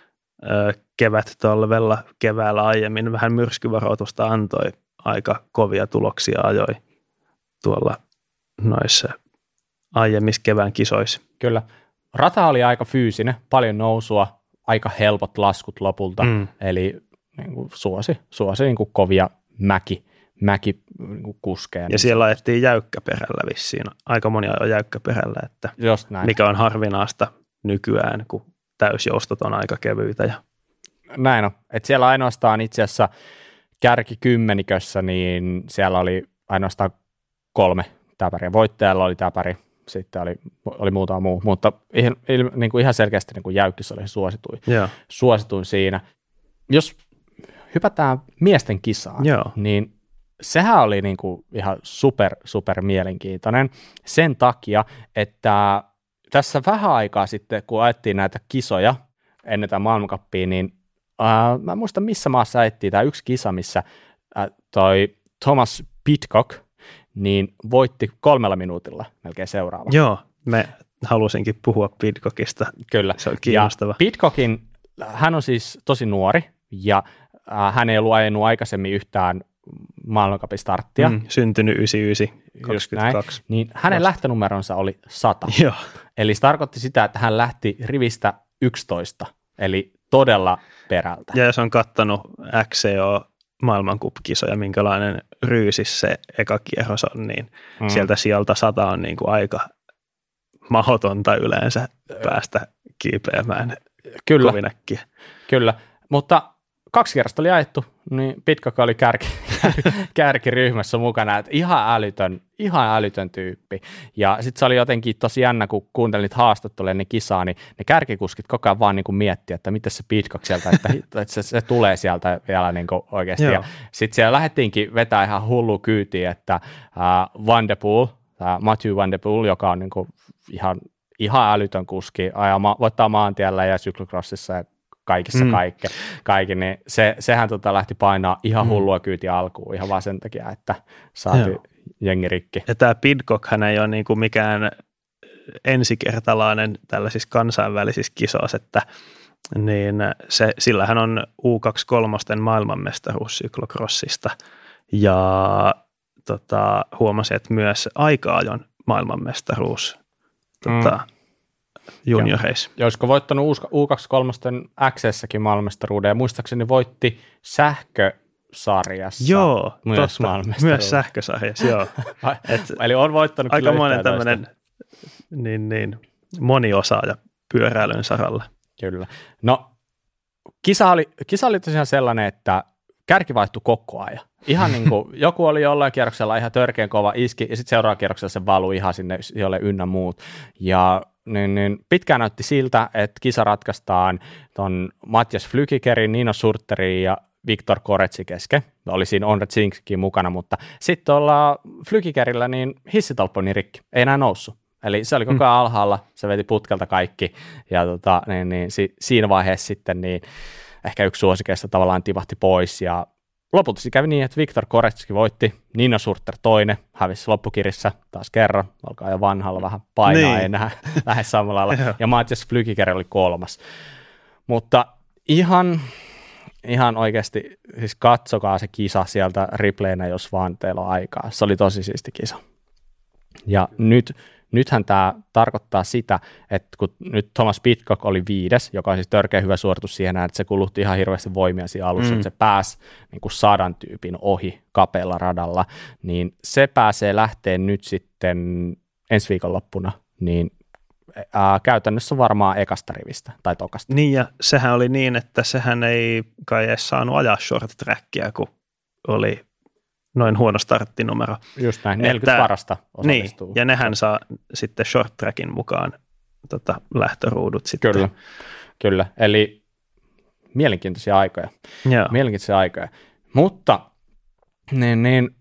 ö, kevättalvella keväällä aiemmin vähän myrskyvaroitusta antoi, aika kovia tuloksia ajoi tuolla noissa aiemmissa kevään kisoissa. Kyllä. Rata oli aika fyysinen, paljon nousua, aika helpot laskut lopulta, mm. eli niin kuin suosi, suosi niin kuin kovia mäki, mäki niin kuin kuskeja. Ja niin siellä ajettiin jäykkäperällä vissiin, aika moni ajoi jäykkäperällä, että Just näin. mikä on harvinaista nykyään, kun täysjoustot on aika kevyitä. Ja... Näin on, että siellä ainoastaan itse asiassa kärkikymmenikössä, niin siellä oli ainoastaan kolme täpäriä. Voittajalla oli täpäri, sitten oli, oli muutama muu, mutta ihan, niin kuin ihan selkeästi niin kuin jäykkis oli suosituin, Joo. suosituin siinä. Jos hypätään miesten kisaan, Joo. niin sehän oli niin kuin ihan super, super mielenkiintoinen sen takia, että tässä vähän aikaa sitten, kun ajettiin näitä kisoja ennen tämän maailmankappia, niin äh, mä en muista missä maassa ajettiin tämä yksi kisa, missä äh, toi Thomas Pidcock niin voitti kolmella minuutilla melkein seuraava. Joo, me halusinkin puhua Pidcockista. Kyllä. Se on kiinnostava. Ja Pidcockin, hän on siis tosi nuori ja äh, hän ei ollut ajanut aikaisemmin yhtään maailmancupin starttia. Mm, syntynyt yhdeksänkymmentäyhdeksän, kaksikymmentäkaksi. Näin, niin hänen vasta. lähtönumeronsa oli sata. Joo. Eli se tarkoitti sitä, että hän lähti rivistä yksitoista, eli todella perältä. Ja jos on kattanut X C O maailmancup-kisoja, minkälainen ryysis se eka kierros on, niin mm. sieltä sieltä sata on niin kuin aika mahdotonta yleensä päästä kiipeämään Kyllä, kovin äkkiä. Kyllä, mutta kaksi kierrosta oli ajettu, niin Pidcock oli kärki, kärkiryhmässä mukana, että ihan älytön, ihan älytön tyyppi. Ja sitten se oli jotenkin tosi jännä, kun kuuntelin niitä haastatteluja ennen kisaa, niin ne kärkikuskit koko ajan vaan niin kuin miettii, että miten se Pidcock sieltä, että, että se, se tulee sieltä vielä niin kuin oikeasti. Ja sitten siellä lähdettiinkin vetää ihan hullu kyytiin, että uh, Van de Poel, uh, Mathieu Van de Poel, joka on niin kuin ihan, ihan älytön kuski, ajaa, voittaa maantiellä ja cyclocrossissa ja kaikissa mm. kaikki, kaikki, niin se, sehän tota lähti painaa ihan hullua kyytiä alkuun, ihan vaan sen takia, että saatiin Joo. jengi rikki. Ja tämä Pidcock, hän ei ole niinku mikään ensikertalainen tällaisissa kansainvälisissä kisoissa, että niin se, sillä hän on U kaksikymmentäkolme maailmanmestaruus cyclocrossista ja tota, huomasin, että myös aika-ajon maailmanmestaruus tota, mm. junioreissa. Ja olisiko voittanut U kaksikymmentäkolme X-säkin maailmestaruuden ja muistaakseni voitti sähkösarjassa. Joo, myös, myös sähkösarjassa, joo. Et eli on voittanut aika monen tämmöinen niin, niin, moniosaaja pyöräilyn saralla. Kyllä. No, kisa oli, kisa oli tosiaan sellainen, että kärki vaihtui koko ajan. Ihan niin kuin joku oli jollain kierroksella ihan törkeän kova iski ja sitten seuraavalla kierroksella se valui ihan sinne jolle ynnä muut. Ja niin, niin pitkään näytti siltä, että kisa ratkaistaan ton Matthias Flückigerin, Nino Surterin ja Viktor Koretsi kesken. Oli siinä Onred Zinkkin mukana, mutta sitten tuolla Flückigerillä niin hissitolppa oli rikki, ei enää noussut. Eli se oli koko ajan alhaalla, se veti putkelta kaikki ja tota, niin, niin, si, siinä vaiheessa sitten niin ehkä yksi suosikeista tavallaan tipahti pois ja lopulta se kävi niin, että Viktor Koretski voitti, Nino Surter toinen, hävisi loppukirissä taas kerran, alkaa jo vanhalla vähän painaa niin. enää lähes samalla lailla, ja Matthias Flückiger oli kolmas. Mutta ihan, ihan oikeasti, siis katsokaa se kisa sieltä replaynä, jos vaan teillä on aikaa. Se oli tosi siisti kisa. Ja nyt, nythän tämä tarkoittaa sitä, että kun nyt Thomas Pidcock oli viides, joka on siis törkeä hyvä suoritus siihen, että se kulutti ihan hirveästi voimia siinä alussa, mm. että se pääsi niin kuin sadan tyypin ohi kapealla radalla, niin se pääsee lähteen nyt sitten ensi viikonloppuna, niin ää, käytännössä varmaan ekasta rivistä tai tokasta. Niin ja sehän oli niin, että sehän ei kai edes saanut ajaa short trackia, kun oli noin huono starttinumero. Just näin, neljäkymmentä parasta osallistuu. Niin, ja nehän saa sitten short trackin mukaan tota, lähtöruudut sitten. Kyllä, kyllä. Eli mielenkiintoisia aikoja. Joo. Mielenkiintoisia aikoja. Mutta niin, niin,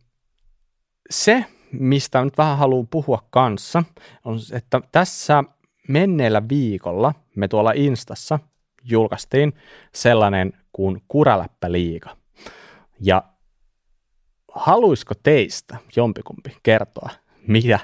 se, mistä nyt vähän haluan puhua kanssa, on, että tässä menneellä viikolla me tuolla Instassa julkaistiin sellainen kuin Kuraläppäliiga. Ja haluaisiko teistä jompikumpi kertoa, mitä,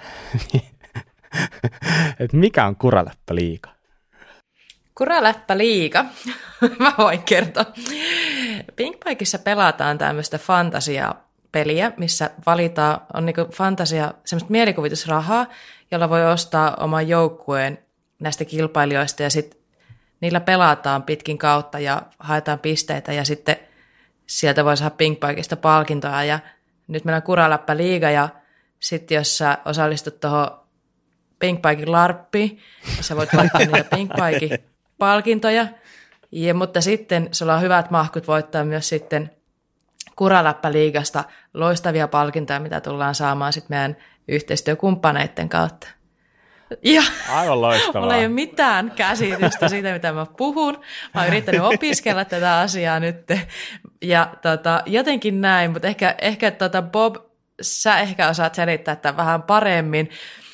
että mikä on Kuraläppäliiga? Kuraläppäliiga, mä voin kertoa. Pinkbikeissa pelataan tämmöistä fantasiapeliä, missä valitaan, on niinku fantasia, semmoista mielikuvitusrahaa, jolla voi ostaa oman joukkueen näistä kilpailijoista ja sitten niillä pelataan pitkin kautta ja haetaan pisteitä ja sitten sieltä voi saada Pinkbikeista palkintoja ja nyt meillä on Kuraläppäliiga ja sitten jos sä osallistut tuohon Pinkbiken larppiin, sä voit voittaa niitä Pinkbiken palkintoja, ja, mutta sitten sulla on hyvät mahkut voittaa myös sitten Kuraläppäliigasta loistavia palkintoja, mitä tullaan saamaan sitten meidän yhteistyökumppaneiden kautta. Ja aivan loistavaa. Mulla ei ole mitään käsitystä siitä, mitä mä puhun. Mä oon yrittänyt opiskella tätä asiaa nyt. Ja tota, jotenkin näin, mutta ehkä, ehkä tota Bob, sä ehkä osaat selittää tämän vähän paremmin.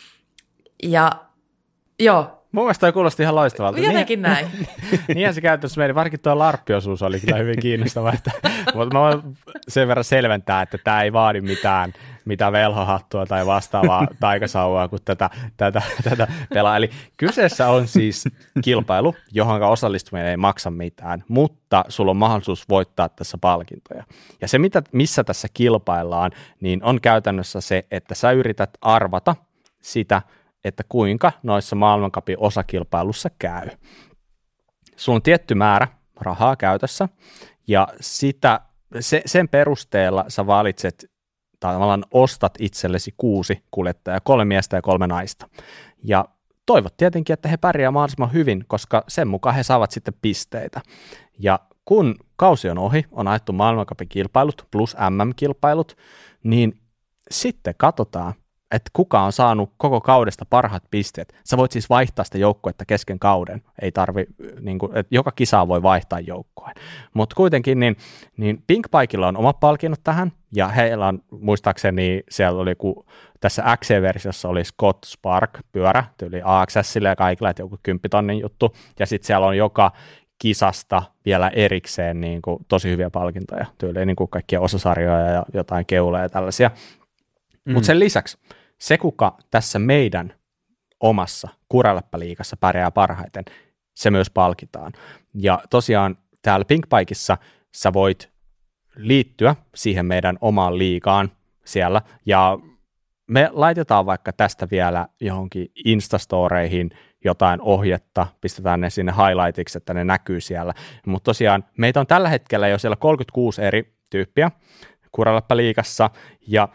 Ja joo. Mun mielestä toi kuulosti ihan loistavalta. Jotenkin niin, näin. Niinhän se käytössä meni. Varsinkin tuo larppiosuus oli kyllä hyvin kiinnostava. Että, mutta mä voin sen verran selventää, että tämä ei vaadi mitään, mitään velhohattua tai vastaavaa taikasauvaa kuin tätä, tätä, tätä pelaa. Eli kyseessä on siis kilpailu, johon osallistuminen ei maksa mitään, mutta sulla on mahdollisuus voittaa tässä palkintoja. Ja se, mitä, missä tässä kilpaillaan, niin on käytännössä se, että sä yrität arvata sitä, että kuinka noissa maailmancupin osakilpailussa käy. Sulla on tietty määrä rahaa käytössä, ja sitä, se, sen perusteella sä valitset, tai tavallaan ostat itsellesi kuusi kuljettajaa, kolme miestä ja kolme naista. Ja toivot tietenkin, että he pärjää mahdollisimman hyvin, koska sen mukaan he saavat sitten pisteitä. Ja kun kausi on ohi, on ajettu maailmancupin kilpailut plus M M-kilpailut, niin sitten katsotaan, että kuka on saanut koko kaudesta parhaat pisteet. Sä voit siis vaihtaa sitä joukkuetta kesken kauden. Ei tarvi, niin kuin, että joka kisaa voi vaihtaa joukkueen. Mutta kuitenkin niin, niin Pinkbikella on omat palkinnot tähän, ja heillä on, muistaakseni siellä oli, kun tässä X C-versiossa oli Scott Spark-pyörä, tyyli A X S:lle ja kaikilla, että joku kymppitonnin juttu, ja sitten siellä on joka kisasta vielä erikseen niin kuin, tosi hyviä palkintoja, tyyliin niin kuin kaikkia osasarjoja ja jotain keuleja ja tällaisia. Mm. Mutta sen lisäksi se, kuka tässä meidän omassa Kuraläppäliigassa pärjää parhaiten, se myös palkitaan. Ja tosiaan täällä Pinkbikeissa sä voit liittyä siihen meidän omaan liigaan siellä, ja me laitetaan vaikka tästä vielä johonkin Instastoreihin jotain ohjetta, pistetään ne sinne highlightiksi, että ne näkyy siellä. Mutta tosiaan meitä on tällä hetkellä jo siellä kolmekymmentäkuusi eri tyyppiä Kuraläppäliigassa, ja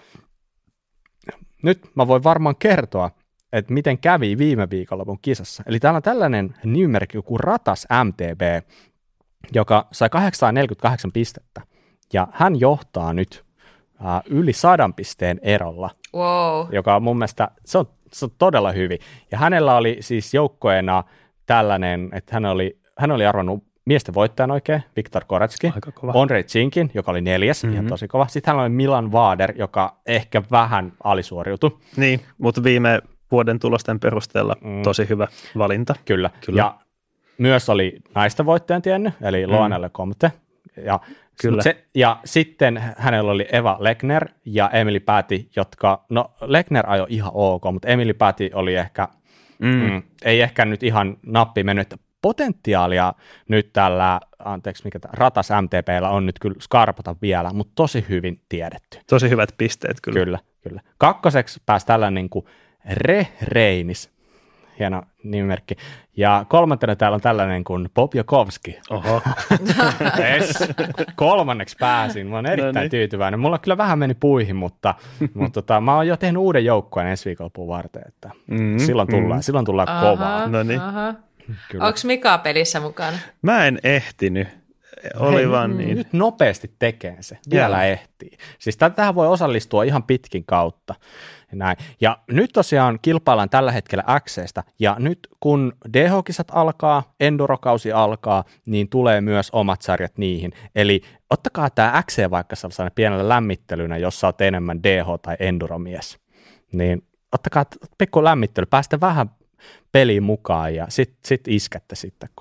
nyt mä voin varmaan kertoa, että miten kävi viime viikonlopun kisassa. Eli täällä on tällainen nimimerkki kuin Ratas M T B, joka sai kahdeksansataaneljäkymmentäkahdeksan pistettä, ja hän johtaa nyt äh, yli sadan pisteen erolla, wow. joka on mun mielestä, se on, se on todella hyvin. Ja hänellä oli siis joukkoena tällainen, että hän oli, hän oli arvannut miesten voittajan oikein, Viktor Koretski, Ondrej Chinkin, joka oli neljäs, mm-hmm. ihan tosi kova. Sitten hän oli Milan Vader, joka ehkä vähän alisuoriutui. Niin, mutta viime vuoden tulosten perusteella mm. tosi hyvä valinta. Kyllä. Kyllä, ja myös oli naisten voittajan tiennyt, eli mm. Loana Lecomte. Ja, Kyllä. Se, ja sitten hänellä oli Eva Legner ja Emily Päti, jotka, no Legner ajoi ihan ok, mutta Emily Päti oli ehkä, mm. Mm, ei ehkä nyt ihan nappi mennyt, potentiaalia nyt tällä, anteeksi mikä tämä, Ratas M T P:llä on nyt kyllä skarpata vielä, mutta tosi hyvin tiedetty. Tosi hyvät pisteet kyllä. Kyllä, kyllä. Kakkoseksi pääsi tällainen niin kuin Re Reinis, hieno nimimerkki. Ja kolmantena täällä on tällainen kuin Bob Jokovski. Oho. Yes. Kolmanneksi pääsin, mä oon erittäin no niin. tyytyväinen. Mulla kyllä vähän meni puihin, mutta, mutta tota, mä oon jo tehnyt uuden joukkueen ensi viikonloppuun varten, että mm, silloin tullaan, mm. silloin tullaan aha, kovaa. No niin. Onko Mika pelissä mukana? Mä en ehtinyt. Oli Hei, vaan nyt, niin. Nyt nopeasti tekee se. Vielä Jaa. ehtii. Siis tähän voi osallistua ihan pitkin kautta. Näin. Ja nyt tosiaan kilpaillaan tällä hetkellä X:stä, ja nyt kun D H-kisat alkaa, endurokausi alkaa, niin tulee myös omat sarjat niihin. Eli ottakaa tämä X vaikka sellaisena pienellä lämmittelynä, jos sä oot enemmän D H- tai enduromies. Niin ottakaa pikku lämmittely, päästä vähän peliin mukaan ja sitten sit iskätte sitten, kun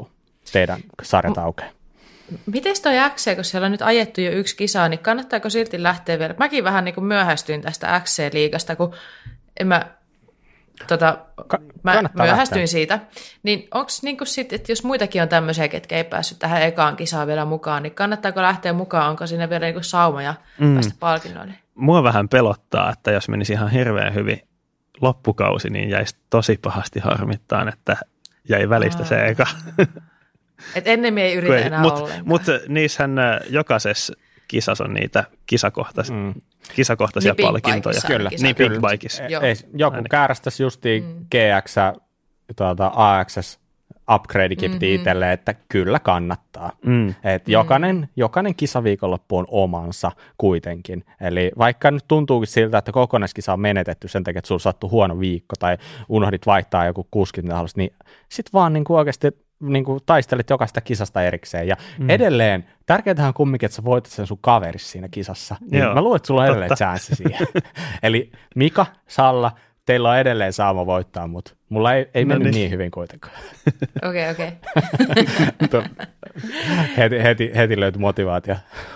teidän sarjat aukeaa. Miten toi X C, kun siellä on nyt ajettu jo yksi kisa, niin kannattaako silti lähteä vielä? Mäkin vähän niin kuin myöhästyin tästä X C-liigasta, kun en mä, tota, Ka- mä myöhästyin lähteä. siitä. Niin onko niin kuin sit, että jos muitakin on tämmöisiä, ketkä ei päässyt tähän ekaan kisaan vielä mukaan, niin kannattaako lähteä mukaan? Onko siinä vielä niin kuin sauma ja mm. päästä palkinnoille? Mua vähän pelottaa, että jos menisi ihan hirveän hyvin loppukausi, niin jäisi tosi pahasti harmittaan, että jäi välistä se eka. Et ennemmin ei yritä enää Mutta ollenkaan. mut niissähän jokaisessa kisassa on niitä kisakohtaisia, mm. kisakohtaisia niin palkintoja. Kyllä. Niin Big Bikeissa. Joo. Ei, joku Ainakin. käärästäisi justiin Mm. G X, tuota, A X S upgrade-kin piti Mm-hmm. itselleen, että kyllä kannattaa. Mm. Et jokainen, jokainen kisaviikonloppu on omansa kuitenkin. Eli vaikka nyt tuntuukin siltä, että kokonaiskisa on menetetty sen takia, että sulla sattui huono viikko tai unohdit vaihtaa joku kuskit, mitä haluaisit, niin sit vaan niin kuin oikeasti niin kuin taistelet jokaista kisasta erikseen. Ja mm. edelleen, tärkeintähän on kumminkin, että sä voitat sen sun kaverissa siinä kisassa. Niin Joo, mä luulen, että sulla on totta. edelleen chanssi siihen. Eli Mika, Salla, teillä on edelleen saama voittaa, mutta mulla ei, ei No mennyt niin. niin hyvin kuitenkaan. Okei, okei. Mutta heti, heti, heti löytyi motivaatio.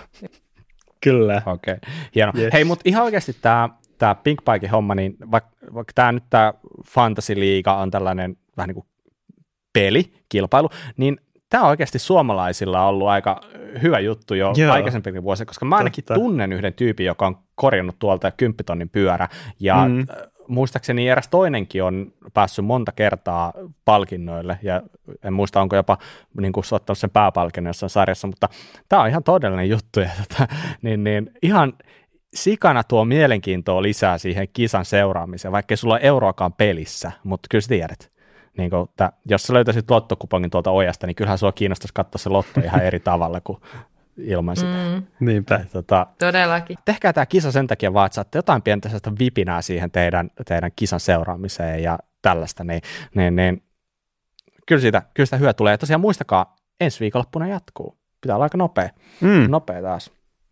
Kyllä. Okei, okay. Hieno. Yes. Hei, mutta ihan oikeasti tämä tää Pink Bike homma, niin vaikka vaik tämä nyt tämä Fantasy Liiga on tällainen vähän niin kuin peli, kilpailu, niin tämä on oikeasti suomalaisilla ollut aika hyvä juttu jo Joo. aikaisempina vuosina, koska mä ainakin Totta. tunnen yhden tyypin, joka on korjannut tuolta kymppitonnin pyörä, ja Mm. muistaakseni eräs toinenkin on päässyt monta kertaa palkinnoille, ja en muista, onko jopa niin kuin, ottanut sen pääpalkinnon jossain sarjassa, mutta tämä on ihan todellinen juttu, ja tota, niin, niin, ihan sikana tuo mielenkiintoa lisää siihen kisan seuraamiseen, vaikka ei sulla ole euroakaan pelissä, mutta kyllä sä tiedät. Niin kuin, että jos sä löytäisit lottokupongin tuolta ojasta, niin kyllähän sua kiinnostaisi katsoa se lotto ihan eri tavalla kuin ilman sitä. Mm, Niinpä. Et, tota, todellakin. tehkää tämä kisa sen takia vaan, että saatte jotain pientä sellaista vipinää siihen teidän, teidän kisan seuraamiseen ja tällaista, niin, niin, niin kyllä, siitä, kyllä sitä hyötyä tulee. Ja tosiaan muistakaa, ensi viikonloppuna jatkuu. Pitää olla aika nopea. Mm. Nopea taas.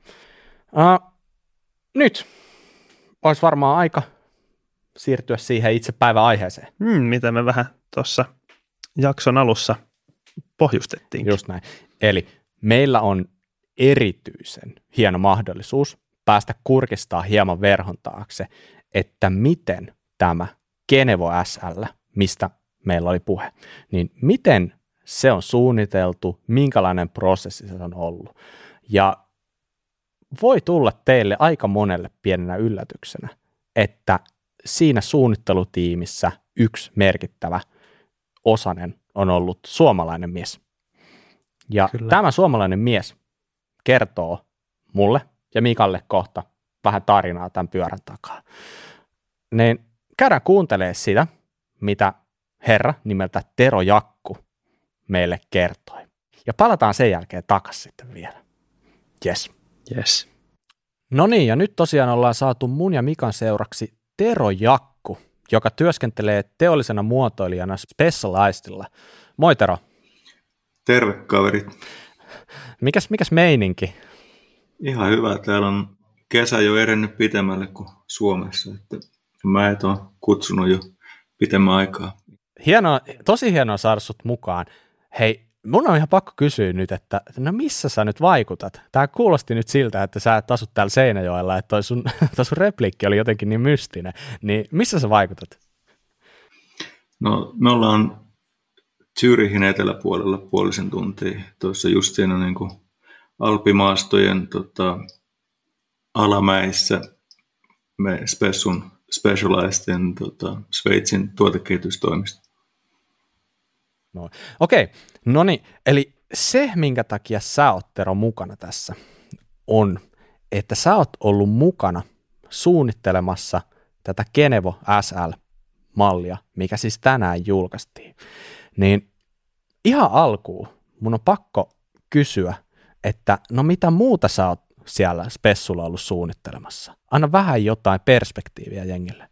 Uh, nyt olisi varmaan aika siirtyä siihen itse päivän aiheeseen. Mm, mitä me vähän tuossa jakson alussa pohjustettiin. Just näin. Eli meillä on erityisen hieno mahdollisuus päästä kurkistaa hieman verhon taakse, että miten tämä Genevo S L, mistä meillä oli puhe, niin miten se on suunniteltu, minkälainen prosessi se on ollut. Ja voi tulla teille aika monelle pienenä yllätyksenä, että siinä suunnittelutiimissä yksi merkittävä osanen on ollut suomalainen mies. Ja Kyllä. tämä suomalainen mies kertoo mulle ja Mikalle kohta vähän tarinaa tämän pyörän takaa. Niin käydään kuuntelemaan sitä, mitä herra nimeltä Tero Jakku meille kertoi. Ja palataan sen jälkeen takaisin sitten vielä. Yes. Yes. No niin, ja nyt tosiaan ollaan saatu mun ja Mikan seuraksi Tero Jakku, joka työskentelee teollisena muotoilijana Specializedilla. Moi Tero. Terve kaverit. Mikäs, mikäs meininki? Ihan hyvä. Täällä on kesä jo edennyt pitemmälle kuin Suomessa. Että mä et ole kutsunut jo pitemmän aikaa. Hienoa, tosi hienoa saada sut mukaan. Hei, mun on ihan pakko kysyä nyt, että no missä sä nyt vaikutat? Tää kuulosti nyt siltä, että sä et asu täällä Seinäjoella, että toi sun, toi sun repliikki oli jotenkin niin mystinen. Niin missä sä vaikutat? No me ollaan Zürihin eteläpuolella puolisen tuntia. Tuossa just siinä niin kuin alpimaastojen tota, alamäissä me Spessun Specializedin tota, Sveitsin tuotekehitystoimisto. No. Okei, no niin, eli se, minkä takia sä oot Tero mukana tässä, on, että sä oot ollut mukana suunnittelemassa tätä Genevo S L-mallia, mikä siis tänään julkaistiin. Niin ihan alkuun mun on pakko kysyä, että no mitä muuta sä oot siellä Spessulla ollut suunnittelemassa? Anna vähän jotain perspektiiviä jengille.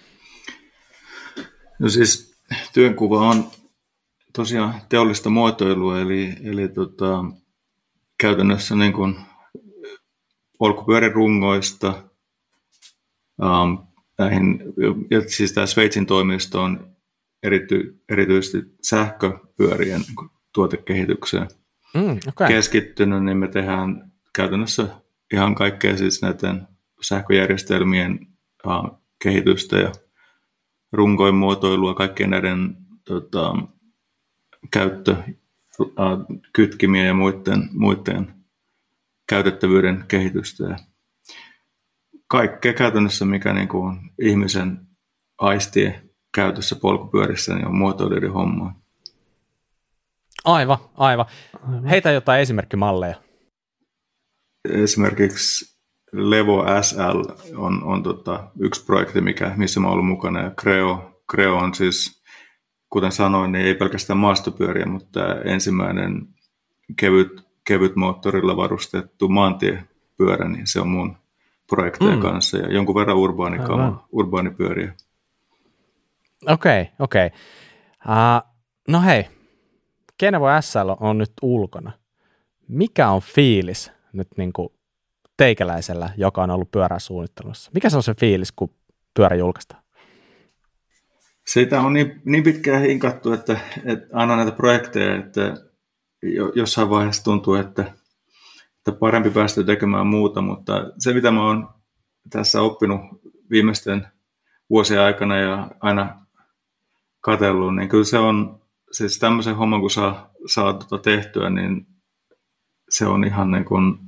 No siis työnkuva on tosiaan teollista muotoilua, eli, eli tota, käytännössä niin kuin polkupyörirungoista, ähm, näihin, ja siis tämä Sveitsin toimisto on erity, erityisesti sähköpyörien niin kuin tuotekehitykseen mm, okay. keskittynyt, niin me tehdään käytännössä ihan kaikkea siis näiden sähköjärjestelmien uh, kehitystä ja runkojen muotoilua, kaikkien näiden tota, käyttö, uh, kytkimiä ja muiden, muiden käytettävyyden kehitystä. Ja kaikkea käytännössä, mikä niin kuin on ihmisen aistien käytössä polkupyörissä, niin on muotoilijoiden hommaa. Aivan, aivan. Heitä jotain esimerkkimalleja. Esimerkiksi Levo S L on, on tota, yksi projekti, mikä, missä mä oon ollut mukana. Ja Creo, Creo on siis, kuten sanoin, niin ei pelkästään maastopyöriä, mutta ensimmäinen kevyt, kevyt moottorilla varustettu maantiepyörä, niin se on mun projekteja mm. kanssa. Ja jonkun verran urbaanikama, urbaanipyöriä. Okei, okay, okei. Okay. Uh, no hei, Genevo S L on nyt ulkona. Mikä on fiilis nyt niin kuin teikäläisellä, joka on ollut pyörän suunnittelussa? Mikä se on se fiilis, kun pyörä julkaistaan? Sitä on niin, niin pitkään hinkattu, että, että aina näitä projekteja, että jossain vaiheessa tuntuu, että, että parempi päästä tekemään muuta, mutta se mitä mä oon tässä oppinut viimeisten vuosien aikana ja aina katsellut, niin kyllä se on, siis tämmöisen homman kun saa, saa tuota tehtyä, niin se on ihan niin kuin,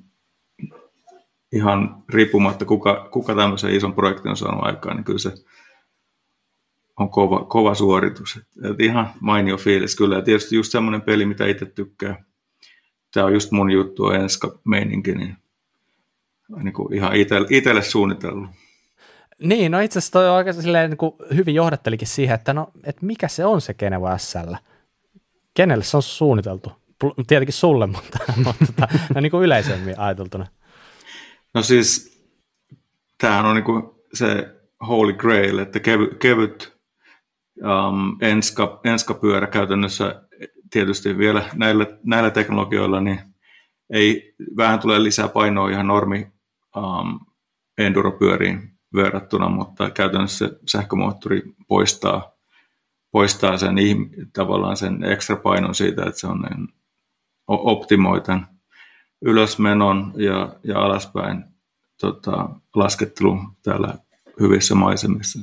ihan riippumatta kuka, kuka tämmöisen ison projektin on saanut aikaan, niin kyllä se on kova, kova suoritus. Et ihan mainio fiilis kyllä. Ja tietysti just semmoinen peli, mitä itse tykkää. Tämä on just mun juttu, on Enska-meininki, niin, niin kuin ihan itselle, itselle suunnitellut. Niin, no itse asiassa toi oikeastaan silleen, niin kuin hyvin johdattelikin siihen, että no, että mikä se on se Genevo S L? Kenelle se on suunniteltu? Tietenkin sulle, mutta, mutta no, niin kuin yleisemmin ajateltuna. No siis, tämähän on niin kuin se holy grail, että kevy, kevyt um, enska, enskapyörä käytännössä tietysti vielä näillä, näillä teknologioilla, niin ei vähän tule lisää painoa ihan normi um, enduropyöriin verrattuna, mutta käytännössä se sähkömoottori poistaa, poistaa sen tavallaan sen ekstra painon siitä, että se on niin, optimoi tämän ylösmenon ja, ja alaspäin tota, laskettelun täällä hyvissä maisemissa.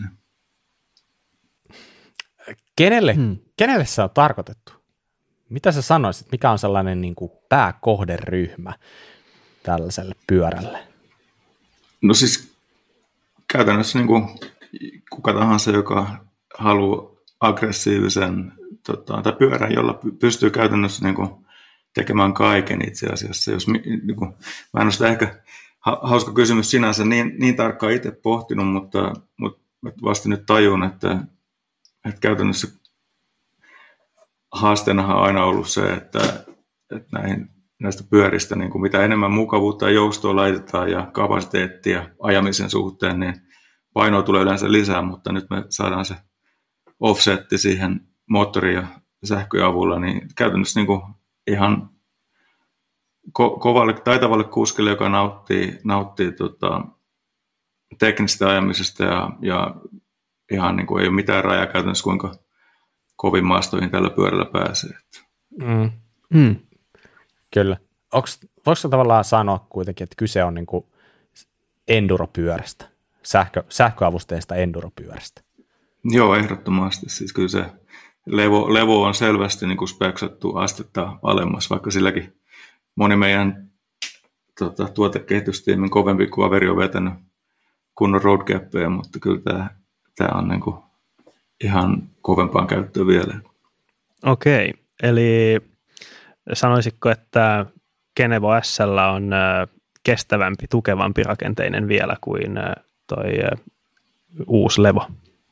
Kenelle, hmm. kenelle se on tarkoitettu? Mitä sä sanoisit, mikä on sellainen niin kuin pääkohderyhmä tällaiselle pyörälle? No siis käytännössä niin kuin kuka tahansa, joka haluaa aggressiivisen tota, tai pyörän, jolla pystyy käytännössä niin kuin tekemään kaiken itse asiassa. Jos, niin kuin, mä en ole sitä ehkä hauska kysymys sinänsä niin, niin tarkkaan itse pohtinut, mutta, mutta vasta nyt tajun, että, että käytännössä haasteenahan on aina ollut se, että, että näihin, näistä pyöristä, niin kuin mitä enemmän mukavuutta ja joustoa laitetaan ja kapasiteettia ajamisen suhteen, niin painoa tulee yleensä lisää, mutta nyt me saadaan se offsetti siihen moottori- ja sähköjen avulla, niin käytännössä niin kuin ihan ko- kovalle, taitavalle kuskille, joka nauttii, nauttii tota, teknistä ajamisesta ja, ja ihan niin kuin ei ole mitään rajaa käytännössä, kuinka kovin maastoihin tällä pyörällä pääsee. Mm. Mm. Kyllä. Onks, voiko tavallaan sanoa kuitenkin, että kyse on niin kuin enduropyörästä, sähkö, sähköavusteista enduropyörästä? Joo, ehdottomasti. Siis kyllä se levo, levo on selvästi niin kuin speksattu astetta alemmas, vaikka silläkin moni meidän tota, tuotekehitystiimin kovempi kuin Averi on vetänyt kunnon roadgappeja, mutta kyllä tämä, tämä on niin kuin ihan kovempaan käyttöön vielä. Okei, eli sanoisitko, että Genevo S L on kestävämpi, tukevampi rakenteinen vielä kuin toi uusi Levo?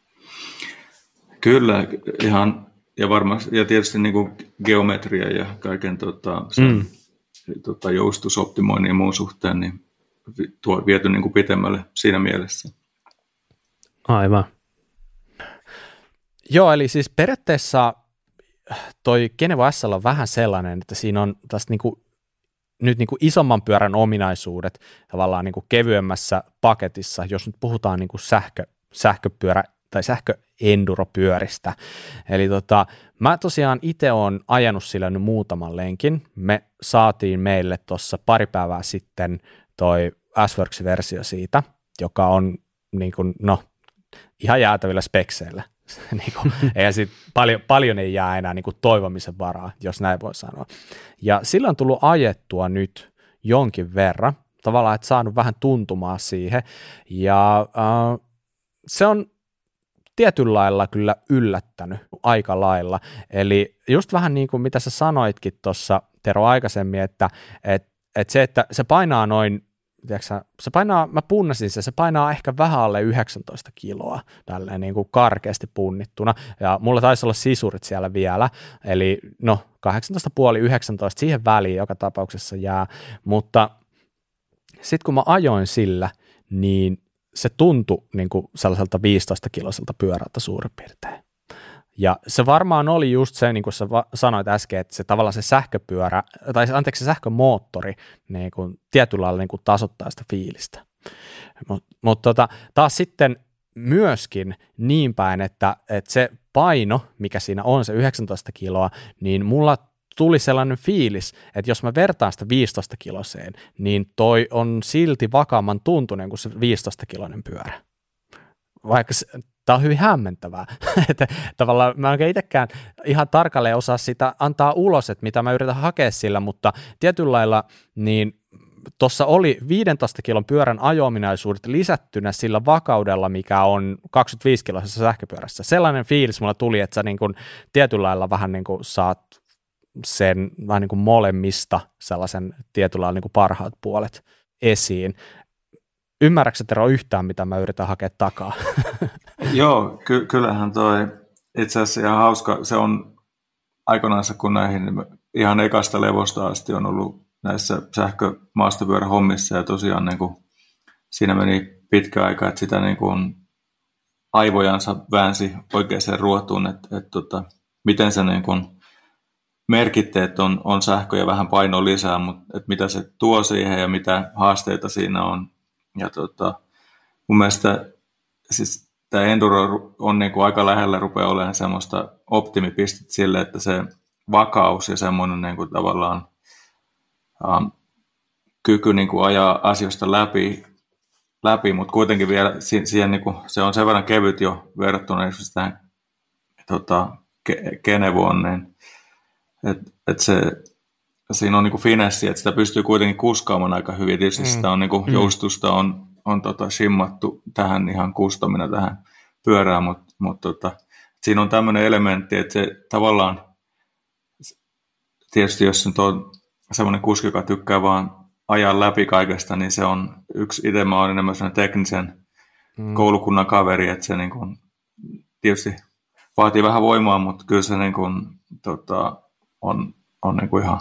Kyllä, ihan, ja varmasti, ja tietysti niin kuin geometria ja kaiken tota, sen, mm. tota, joustusoptimoinnin ja muun suhteen, niin tuo viety niin kuin pitemmälle siinä mielessä. Aivan. Joo, eli siis periaatteessa toi Genevo S L on vähän sellainen, että siinä on tästä niinku, nyt niinku isomman pyörän ominaisuudet tavallaan niinku kevyemmässä paketissa, jos nyt puhutaan niinku sähkö, sähköpyörä tai sähkö enduropyöristä. Eli tota, mä tosiaan itse oon ajanut sillä nyt muutaman lenkin. Me saatiin meille tuossa pari päivää sitten toi S-Works-versio siitä, joka on niin kuin, no, ihan jäätävillä spekseillä. niin kuin, eihän sit paljon, paljon ei jää enää niin kuin toivomisen varaa, jos näin voi sanoa. Ja sillä on tullut ajettua nyt jonkin verran, tavallaan, että saanut vähän tuntumaa siihen, ja äh, se on tietyllä lailla kyllä yllättänyt aika lailla. Eli just vähän niin kuin mitä sä sanoitkin tuossa, Tero, aikaisemmin, että et, et se, että se painaa noin, tiedätkö, se painaa, mä punnasin se, se painaa ehkä vähän alle yhdeksäntoista kiloa, tälleen niin kuin karkeasti punnittuna, ja mulla taisi olla sisurit siellä vielä, eli no kahdeksantoista pilkku viisi yhdeksäntoista siihen väliin joka tapauksessa jää, mutta sitten kun mä ajoin sillä, niin se tuntui niin kuin sellaiselta viisitoista kiloiselta pyörältä suurin piirtein. Ja se varmaan oli just se, niin kuin sä sanoit äsken, että se tavallaan se sähköpyörä, tai anteeksi se sähkömoottori niin kuin tietyllä lailla niin kuin tasoittaa sitä fiilistä. Mutta mut tota, taas sitten myöskin niin päin, että, että se paino, mikä siinä on, se yhdeksäntoista kiloa, niin mulla tuli sellainen fiilis, että jos mä vertaan sitä viisitoista kiloseen, niin toi on silti vakaamman tuntunen kuin se viisitoista kiloinen pyörä. Vaikka se, tää on hyvin hämmentävää, että tavallaan mä en oikein itsekään ihan tarkalleen osaa sitä antaa ulos, että mitä mä yritän hakea sillä, mutta tietyllä lailla niin tuossa oli viidentoista kilon pyörän ajo-ominaisuudet lisättynä sillä vakaudella, mikä on kaksikymmentäviisi kiloisessa sähköpyörässä. Sellainen fiilis mulla tuli, että sä niin kuin tietyllä lailla vähän niin kuin saat sen vähän niin kuin molemmista sellaisen tietyllä lailla niin kuin parhaat puolet esiin. Ymmärrätkö, Tero, yhtään, mitä mä yritän hakea takaa? Joo, ky- kyllähän toi itse asiassa ihan hauska. Se on aikoinaan, kun näihin ihan ekasta levosta asti on ollut näissä sähkömaastopyörähommissa, ja tosiaan niin kuin, siinä meni pitkä aika, että sitä niin kuin aivojansa väänsi oikeaan ruotuun, että, että, että miten se niin kuin merkitteet on, on sähkö ja vähän painoa lisää, mutta että mitä se tuo siihen ja mitä haasteita siinä on. Ja tota, mun mielestä siis tämä enduro on niin kuin aika lähellä, rupeaa olemaan semmoista optimipistettä sille, että se vakaus ja semmoinen niin kuin tavallaan um, kyky niin kuin ajaa asioista läpi, läpi mutta kuitenkin vielä siihen, niin kuin, se on sen verran kevyt jo verrattuna esimerkiksi tähän tota, Genevoon, niin että et se siinä on niinku finessi, että sitä pystyy kuitenkin kuskaamaan aika hyvin. Tietysti mm. sitä on niinku, mm. joustusta on, on tota shimmattu tähän ihan kustomina tähän pyörään, mutta mut tota, siinä on tämmöinen elementti, että se tavallaan, tietysti jos nyt on semmoinen kuski, joka tykkää vaan ajaa läpi kaikesta, niin se on yksi, itse mä olen enemmän sellainen teknisen mm. koulukunnan kaveri, että se niinku, tietysti vaatii vähän voimaa, mutta kyllä se niinku, tota, on, on niinku ihan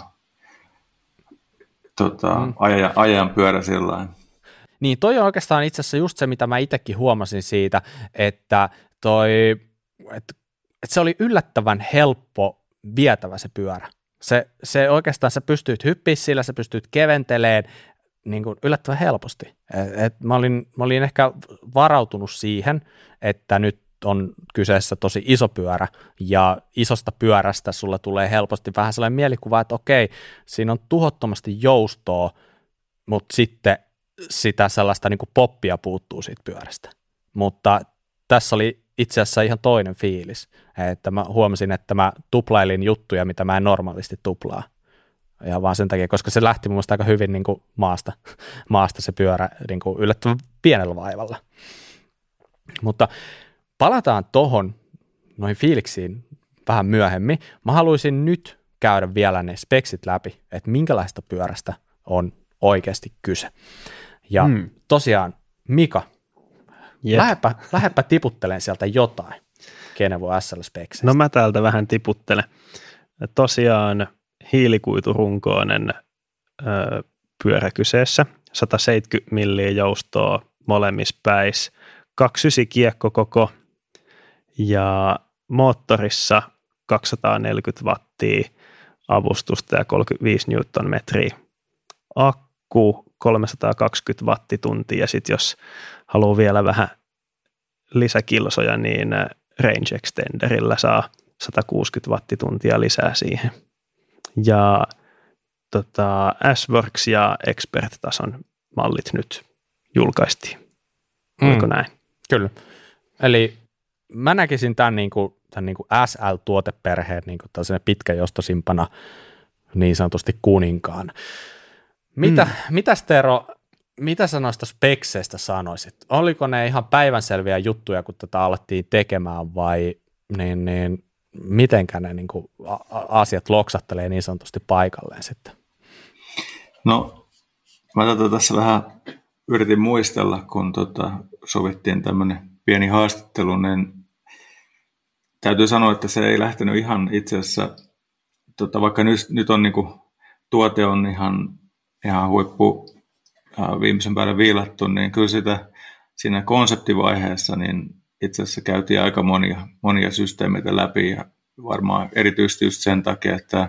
Tota, mm. ajajan, ajajan pyörä sillain. Niin, toi on oikeastaan itse asiassa just se, mitä mä itsekin huomasin siitä, että toi, että, että se oli yllättävän helppo vietävä se pyörä. Se, se oikeastaan, sä pystyt hyppiä sillä, sä pystyt keventelemään niin kuin yllättävän helposti. Et, et mä, olin, mä olin ehkä varautunut siihen, että nyt on kyseessä tosi iso pyörä, ja isosta pyörästä sulla tulee helposti vähän sellainen mielikuva, että okei, siinä on tuhottomasti joustoa, mutta sitten sitä sellaista niin kuin poppia puuttuu siitä pyörästä. Mutta tässä oli itse asiassa ihan toinen fiilis, että mä huomasin, että mä tuplailin juttuja, mitä mä en normaalisti tuplaa. Ja vaan sen takia, koska se lähti mun mielestä aika hyvin niin kuin maasta, maasta se pyörä niin kuin yllättävän pienellä vaivalla. Mutta palataan tohon noihin fiiliksiin vähän myöhemmin. Mä haluaisin nyt käydä vielä ne speksit läpi, että minkälaista pyörästä on oikeasti kyse. Ja hmm. tosiaan, Mika, yep. lähdepä, lähdepä tiputtelemaan sieltä jotain Genevo S L-spekseistä. No mä täältä vähän tiputtelen. Tosiaan hiilikuiturunkoinen ö, pyörä kyseessä, sata seitsemänkymmentä milliä joustoa molemmissa päissä, kaksikymmentäyhdeksän kiekko koko ja moottorissa kaksisataaneljäkymmentä wattia avustusta ja kolmekymmentäviisi newtonmetriä. Akku kolmesataakaksikymmentä wattituntia, ja sitten jos haluaa vielä vähän lisäkilsoja, niin range extenderillä saa sata kuusikymmentä wattituntia lisää siihen. Ja tota, S-Works ja Expert-tason mallit nyt julkaistiin. Oliko mm. näin? Kyllä. Eli mä näkisin tämän, niin kuin, tämän niin kuin S L-tuoteperheen niin kuin pitkäjoustosimpana niin sanotusti kuninkaan. Mitä, mm. Mitäs Tero, mitä sä noista spekseistä sanoisit? Oliko ne ihan päivänselviä juttuja, kun tätä alettiin tekemään vai niin, niin, mitenkä ne niin kuin, asiat loksattelee niin sanotusti paikalleen sitten? No, mä tätä tässä vähän yritin muistella, kun tota, sovittiin tämmöinen pieni haastattelu, niin täytyy sanoa, että se ei lähtenyt ihan itse asiassa, tota, vaikka nyt, nyt on niin kuin, tuote on ihan, ihan huippu äh, viimeisen päälle viilattu, niin kyllä sitä siinä konseptivaiheessa niin itse asiassa käytiin aika monia, monia systeemeitä läpi ja varmaan erityisesti just sen takia, että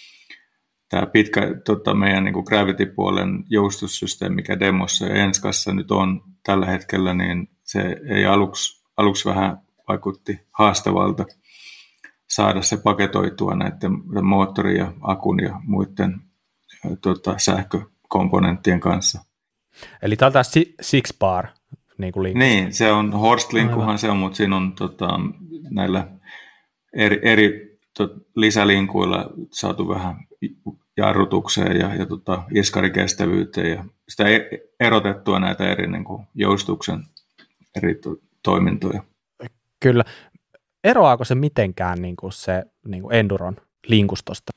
tämä pitkä tota, meidän niin kuin Gravity-puolen joustussysteemi, mikä demossa ja Enskassa nyt on tällä hetkellä, niin se ei aluksi, aluksi vähän vaikutti haastavalta saada se paketoitua näiden moottorin ja akun ja muiden tota, sähkökomponenttien kanssa. Eli tämä on tämä six bar niin kuin linkku. Niin, se on Horst-linkkuhan se on, mutta siinä on tota, näillä eri, eri tot, lisälinkuilla saatu vähän jarrutukseen ja, ja tota, iskarikestävyyteen ja sitä erotettua näitä eri niin kuin, joustuksen eri to, toimintoja. Kyllä. Eroaako se mitenkään niin kuin se niin kuin Enduron linkustosta?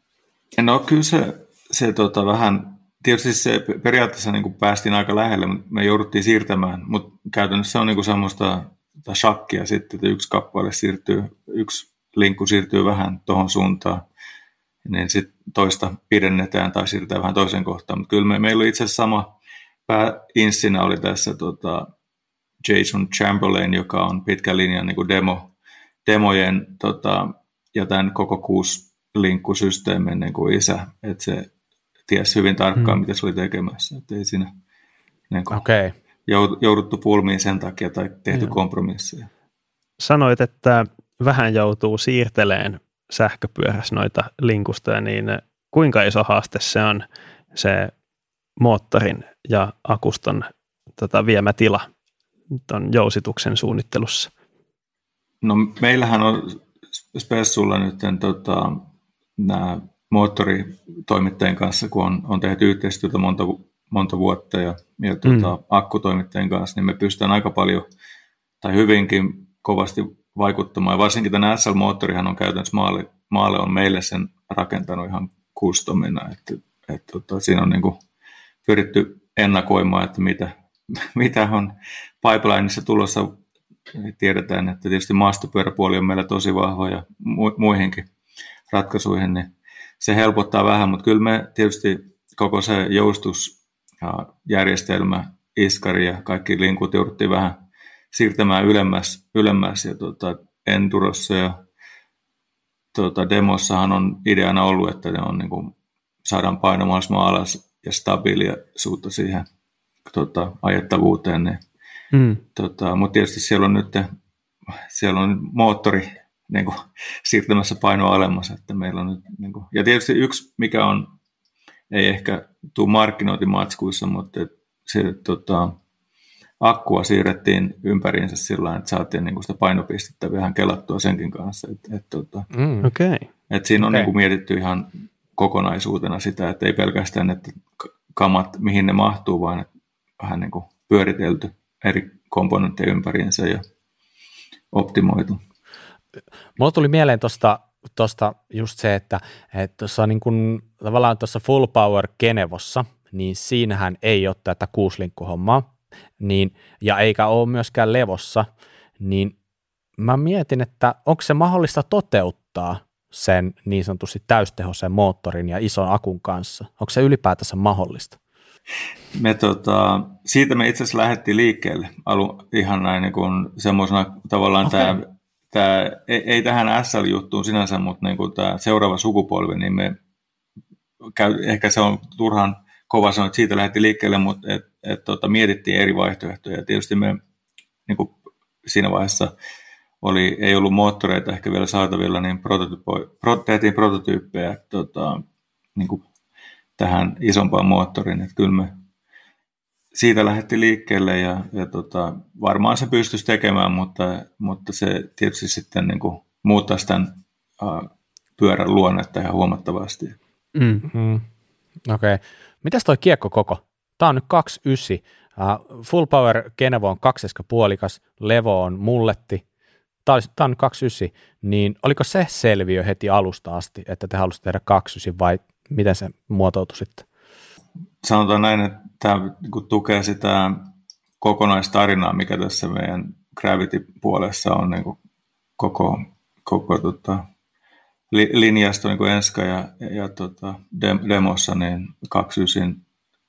No kyllä se, se tota, vähän, tietysti se periaatteessa niin kuin päästiin aika lähelle, mutta me jouduttiin siirtämään, mutta käytännössä se on niin kuin semmoista shakkia sitten, että yksi kappale siirtyy, yksi linkku siirtyy vähän tuohon suuntaan, niin sitten toista pidennetään tai siirretään vähän toiseen kohtaan. Mutta kyllä me, meillä oli itse asiassa sama pääinssinä oli tässä tota, Jason Chamberlain, joka on pitkän linjan niin kuin demo, demojen tota, ja tämän koko kuusi linkkusysteemin niin kuin isä, että se tiesi hyvin tarkkaan, hmm. mitä se oli tekemässä. Että ei siinä niin kuin okay. jouduttu pulmiin sen takia tai tehty Joo. kompromisseja. Sanoit, että vähän joutuu siirteleen sähköpyörässä noita linkustoja, niin kuinka iso haaste se on se moottorin ja akuston tota, viemä tila tuon jousituksen suunnittelussa? No meillähän on Spessulla nyt tota, nämä moottoritoimittajien kanssa, kun on, on tehty yhteistyötä monta, monta vuotta ja, ja tota, mm. akkutoimittajien kanssa, niin me pystytään aika paljon tai hyvinkin kovasti vaikuttamaan. Ja varsinkin tämä S L-moottorihan on käytännössä maalle, maalle on meille sen rakentanut ihan customina, että, että tota, siinä on niin kuin pyritty ennakoimaan, että mitä, mitä on pipelineissa tulossa. Tiedetään, että tietysti maastopyöräpuoli on meillä tosi vahva ja mu- muihinkin ratkaisuihin, niin se helpottaa vähän, mutta kyllä me tietysti koko se joustusjärjestelmä, iskari ja kaikki linkut jouduttiin vähän siirtämään ylemmäs, ylemmäs ja tuota, Endurossa ja tuota, demossahan on ideana ollut, että ne on, niin kuin, saadaan paino mahdollisimman alas ja stabiilisuutta siihen tuota, ajettavuuteen, niin Mm. Tota, mutta tietysti siellä on nyt siellä on moottori niin kuin, siirtämässä painoa alemmas, että meillä on nyt, niin kuin, ja tietysti yksi, mikä on, ei ehkä tule markkinointimatskuissa, mutta se tota, akkua siirrettiin ympäriinsä sillä tavalla, että saatiin niin kuin sitä painopistettä vähän kelattua senkin kanssa. Et, et, tota, mm. okay. et siinä on okay. niin kuin, mietitty ihan kokonaisuutena sitä, että ei pelkästään, että kamat, mihin ne mahtuu, vaan että vähän niin kuin pyöritelty eri komponentteja ympäriinsä ja optimoitu. Mulla tuli mieleen tuosta tosta just se, että tuossa niin kun, tavallaan tuossa Full Power Genevossa, niin siinähän ei ole tätä kuuslinkkuhommaa, niin, ja eikä ole myöskään Levossa, niin mä mietin, että onko se mahdollista toteuttaa sen niin sanotusti täystehoisen moottorin ja ison akun kanssa? Onko se ylipäätänsä mahdollista? Me, tota, siitä me itse asiassa lähdettiin liikkeelle alu, ihan näin niin kuin semmoisena tavallaan okay. tämä, tämä, ei, ei tähän S L-juttuun sinänsä, mutta niin kuin tämä seuraava sukupolvi, niin me käy, ehkä se on turhan kova sanoa, että siitä lähdettiin liikkeelle, mutta et, et, tota, mietittiin eri vaihtoehtoja. Ja tietysti me niin kuin siinä vaiheessa oli, ei ollut moottoreita ehkä vielä saatavilla, niin prototyypo, tehtiin prototyyppejä tota, niin kuin tähän isompaan moottoriin. Että kyllä me siitä lähdettiin liikkeelle ja, ja tota, varmaan se pystyisi tekemään, mutta, mutta se tietysti sitten niin kuin muuttaisi tämän uh, pyörän luonnetta ihan huomattavasti. Mm. Mm. Okei. Okay. Mitäs toi kiekkokoko? Tämä on nyt kaksi yhdeksän. Uh, full power Genevo on kaksiska puolikas, Levo on mulletti. Tämä on nyt kaksi yhdeksän. Niin oliko se selviö heti alusta asti, että te halusitte tehdä kaksi yhdeksän vai miten se muotoutui sitten? Sanotaan näin, että tämä tukee sitä kokonaistarinaa, mikä tässä meidän Gravity-puolessa on niin kuin koko, koko tota, linjasto niin kuin Enska ja, ja, ja tota, demossa niin kaksi yhdeksän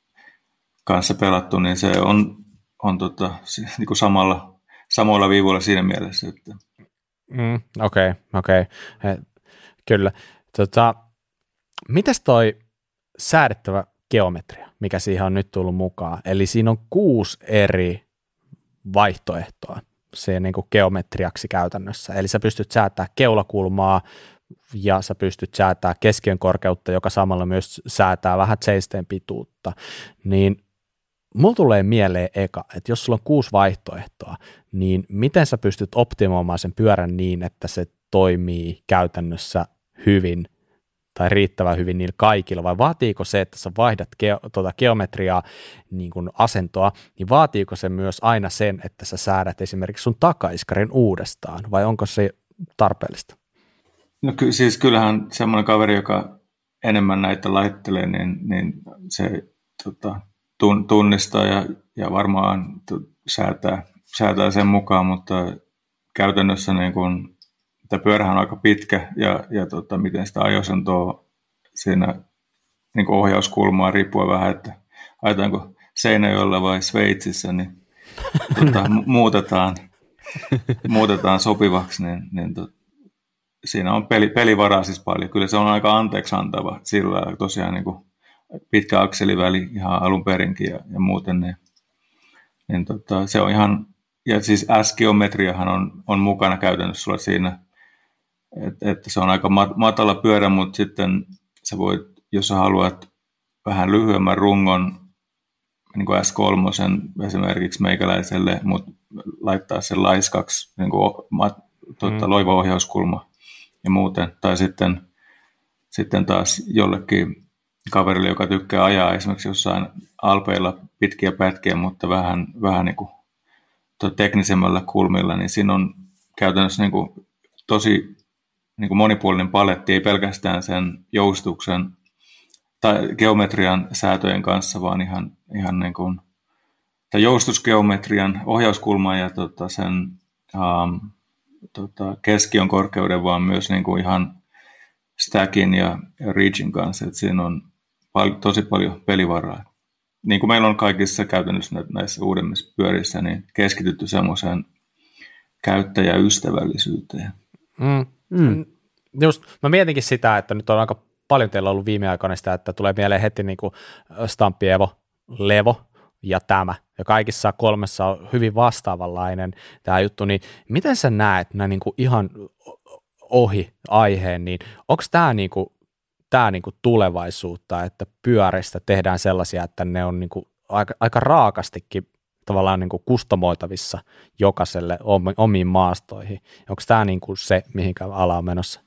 kanssa pelattu, niin se on, on tota, niin kuin samalla, samoilla viivoilla siinä mielessä. Että. Mm, okei, okay, okei. Okay. Kyllä. Tota, mitäs toi säädettävä geometria, mikä siihen on nyt tullut mukaan? Eli siinä on kuusi eri vaihtoehtoa se niin kuin geometriaksi käytännössä. Eli sä pystyt säätämään keulakulmaa ja sä pystyt säätämään keskiön korkeutta, joka samalla myös säätää vähän seisteen pituutta. Niin mulla tulee mieleen eka, että jos sulla on kuusi vaihtoehtoa, niin miten sä pystyt optimoimaan sen pyörän niin, että se toimii käytännössä hyvin tai riittävän hyvin niillä kaikilla, vai vaatiiko se, että sä vaihdat geo, tuota geometriaa, niin kuin asentoa, niin vaatiiko se myös aina sen, että sä säädät esimerkiksi sun takaiskarin uudestaan, vai onko se tarpeellista? No ky- siis kyllähän semmoinen kaveri, joka enemmän näitä laittelee, niin, niin se tota, tun, tunnistaa ja, ja varmaan t- säätää, säätää sen mukaan, mutta käytännössä niin kun tämä pyörähän on aika pitkä ja, ja tota, miten sitä ajosentoa siinä niin ohjauskulmaa riippuen vähän, että ajetaanko Seinäjoella vai Sveitsissä, niin tota, muutetaan, muutetaan sopivaksi, niin, niin to, siinä on peli, pelivaraa siis paljon. Kyllä se on aika anteeksi antava sillä tosiaan niin kuin pitkä akseliväli ihan alun perinkin ja, ja muuten, niin, niin tota, se on ihan, ja siis S-geometriahan on, on mukana käytännössä sulla siinä, että, että se on aika matala pyörä, mutta sitten sä voit, jos sä haluat vähän lyhyemmän rungon, niin kuin S kolme esimerkiksi meikäläiselle, mutta laittaa sen laiskaksi, niin kuin tuota, mm. loiva ohjauskulma ja muuten. Tai sitten, sitten taas jollekin kaverille, joka tykkää ajaa esimerkiksi jossain alpeilla pitkiä pätkiä, mutta vähän, vähän niin kuin teknisemmällä kulmilla, niin siinä on käytännössä niin kuin tosi niin kuin monipuolinen paletti, ei pelkästään sen joustuksen tai geometrian säätöjen kanssa, vaan ihan, ihan niin kuin, tai joustusgeometrian ohjauskulman ja tota sen um, tota keskiön korkeuden, vaan myös niin kuin ihan stackin ja, ja reachin kanssa, että siinä on pal- tosi paljon pelivaraa. Niin kuin meillä on kaikissa käytännössä näissä uudemmissa pyörissä, niin keskitytty semmoiseen käyttäjäystävällisyyteen. Mm. Mm. Just, mä mietinkin sitä, että nyt on aika paljon teillä ollut viime aikoina sitä, että tulee mieleen heti niin kuin Stamppi Evo, Levo ja tämä, ja kaikissa kolmessa on hyvin vastaavanlainen tämä juttu, niin miten sä näet nämä niin kuin ihan ohi aiheen, niin onko tämä niin kuin, tämä niin kuin tulevaisuutta, että pyöristä tehdään sellaisia, että ne on niin kuin aika, aika raakastikin tavallaan niin kuin kustomoitavissa jokaiselle omiin maastoihin. Onko tämä niin kuin se, mihinkä ala on menossa?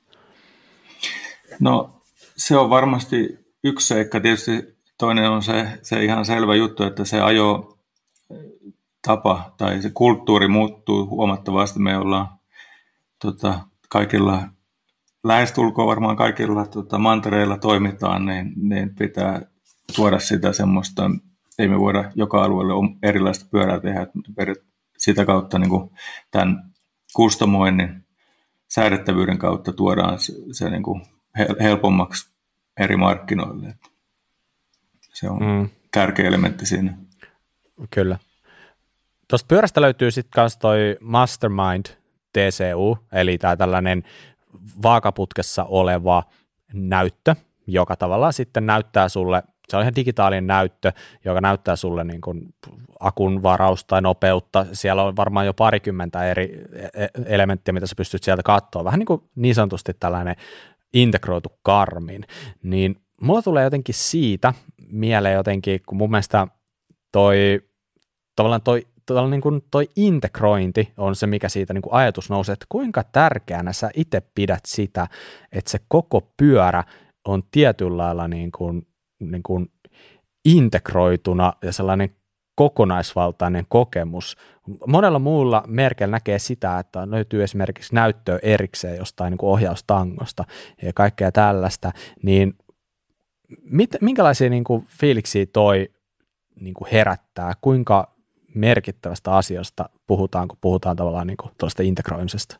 No se on varmasti yksi seikka. Tietysti toinen on se, se ihan selvä juttu, että se ajo tapa tai se kulttuuri muuttuu huomattavasti. Me ollaan tota, kaikilla, lähestulkoon varmaan kaikilla tota, mantereilla toimitaan, niin, niin pitää tuoda sitä semmoista, ei me voida joka alueelle erilaista pyörää tehdä, sitä kautta niin kuin tämän kustomoinnin säädettävyyden kautta tuodaan se, se niin kuin helpommaksi eri markkinoille. Se on mm. tärkeä elementti siinä. Kyllä. Tuosta pyörästä löytyy sitten myös toi Mastermind T C U, eli tämä tällainen vaakaputkessa oleva näyttö, joka tavallaan sitten näyttää sulle se on ihan digitaalinen näyttö, joka näyttää sulle niin kuin akun varausta tai nopeutta. Siellä on varmaan jo parikymmentä eri elementtiä, mitä sä pystyt sieltä katsoa. Vähän niin kuin niin sanotusti tällainen integroitu Garmin. Niin mulla tulee jotenkin siitä mieleen jotenkin, kun mun mielestä toi, tavallaan toi, niin kuin toi integrointi on se, mikä siitä niin kuin ajatus nousee, että kuinka tärkeänä sä itse pidät sitä, että se koko pyörä on tietyllä lailla niin kuin, niin kuin integroituna ja sellainen kokonaisvaltainen kokemus. Monella muulla merkeillä näkee sitä, että löytyy esimerkiksi näyttöä erikseen jostain niin kuin ohjaustangosta ja kaikkea tällaista, niin mit, minkälaisia niin kuin fiiliksiä toi niin kuin herättää, kuinka merkittävästä asiasta puhutaan, kun puhutaan tavallaan niin kuin tuollaista integroimisesta?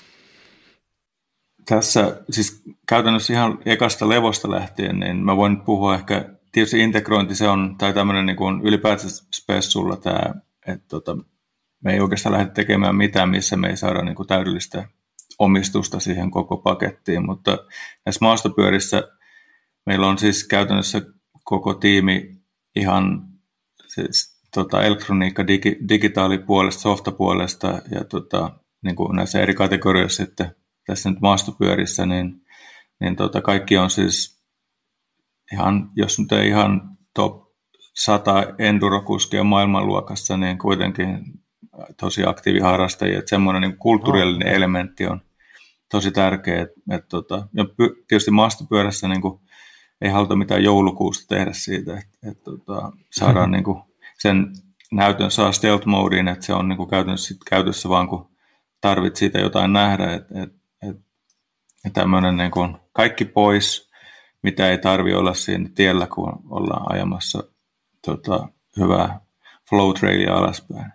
Tässä siis käytännössä ihan ekasta levosta lähtien, niin mä voin puhua ehkä, tietysti integrointi se on, tai tämmöinen niin kuin ylipäätään spessulla tämä, että tota, me ei oikeastaan lähde tekemään mitään, missä me ei saada niin kuin täydellistä omistusta siihen koko pakettiin, mutta näissä maastopyörissä meillä on siis käytännössä koko tiimi ihan siis, tota, elektroniikka, digi, digitaalipuolesta, softapuolesta ja tota, niin kuin näissä eri kategorioissa sitten tässä nyt maastopyörissä, niin, niin tota, kaikki on siis ihan, jos nyt ei ihan top sata endurokuskia maailmanluokassa, niin kuitenkin tosi aktiiviharrastajia, että semmoinen niin kulttuurillinen oh. elementti on tosi tärkeä, että, että tota, ja tietysti maastopyörässä niin kuin, ei haluta mitään joulukuusta tehdä siitä, että, että tota, saadaan mm-hmm. niin kuin, sen näytön saa stealth modeen, että se on niin kuin, käytännössä käytössä vaan kun tarvit siitä jotain nähdä, että, että, että, että tämmöinen niin kuin, kaikki pois, mitä ei tarvitse olla siinä tiellä, kun ollaan ajamassa tota, hyvää flow trailia alaspäin.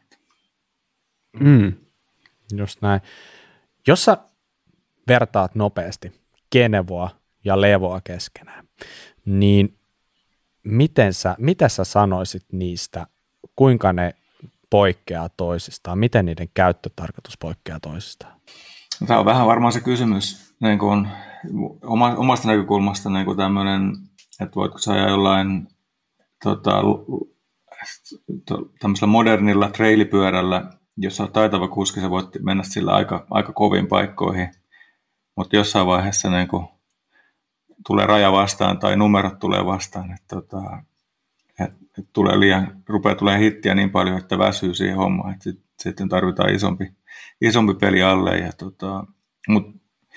Mm, just näin. Jos sä vertaat nopeasti Genevoa ja Levoa keskenään, niin miten sä, mitä sä sanoisit niistä, kuinka ne poikkeaa toisistaan, miten niiden käyttötarkoitus poikkeaa toisistaan? Tämä on vähän varmaan se kysymys niin kuin omasta näkökulmasta niin kuin tämmöinen, että voitko sä ajaa jollain tota, tämmöisellä modernilla trailipyörällä, jos olet taitava kuski, sä voit mennä sillä aika, aika koviin paikkoihin, mutta jossain vaiheessa niin kun tulee raja vastaan tai numerot tulee vastaan, että tota, et, et tulee liian, rupeaa tulemaan hittiä niin paljon, että väsyy siihen hommaan, että sit, sitten tarvitaan isompi, isompi peli alle. Ja tota, mut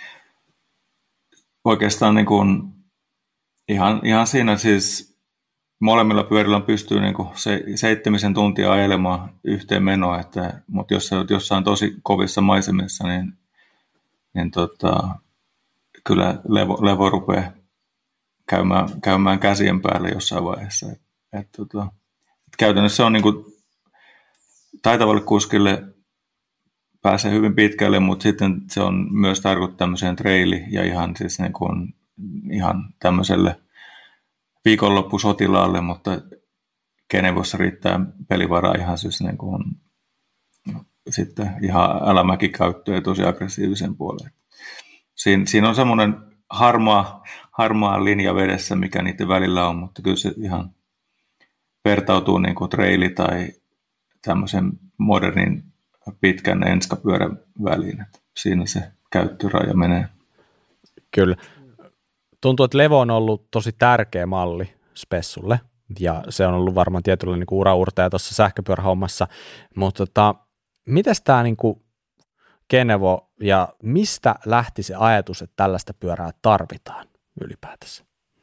oikeastaan niin kun, ihan, ihan siinä siis molemmilla pyörillä pystyy niin kuin se, seitsemisen tuntia ajelemaan yhteen menoa, että, mutta jos sä olet jossain tosi kovissa maisemissa, niin, niin tota, kyllä levo, levo rupeaa käymään, käymään käsien päälle jossain vaiheessa. Et, et, tota, et käytännössä se on niin kuin, taitavalle kuskille pääsee hyvin pitkälle, mutta sitten se on myös tarkoittaa tämmöiseen traili ja ihan, siis niin kuin, ihan tämmöiselle viikonloppusotilaalle, mutta Genevossa riittää pelivaraa ihan siis niin kuin, no, sitten ihan älämäkikäyttöön ja tosi aggressiivisen puoleen. Siin, siinä on semmoinen harmaa, harmaa linja vedessä, mikä niiden välillä on, mutta kyllä se ihan vertautuu niin kuin traili tai tämmöisen modernin pitkän enskapyörän väliin. Että siinä se käyttöraja menee. Kyllä. Tuntuu, että Levo on ollut tosi tärkeä malli spessulle, ja se on ollut varmaan tietyllä niin kuin uraurtaja tuossa sähköpyörähommassa, mutta tota, mites tämä niin kuin Genevo, ja mistä lähti se ajatus, että tällaista pyörää tarvitaan ylipäätänsä?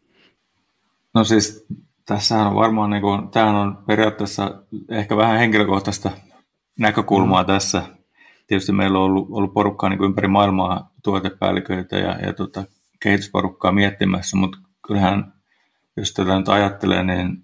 No siis tässähän on varmaan, niin kuin, tämähän on periaatteessa ehkä vähän henkilökohtaista näkökulmaa mm. tässä. Tietysti meillä on ollut, ollut porukkaa niin kuin ympäri maailmaa, tuotepäälliköitä ja, ja tota, kehitysporukkaa miettimässä, mutta kyllähän, jos tätä nyt ajattelee, niin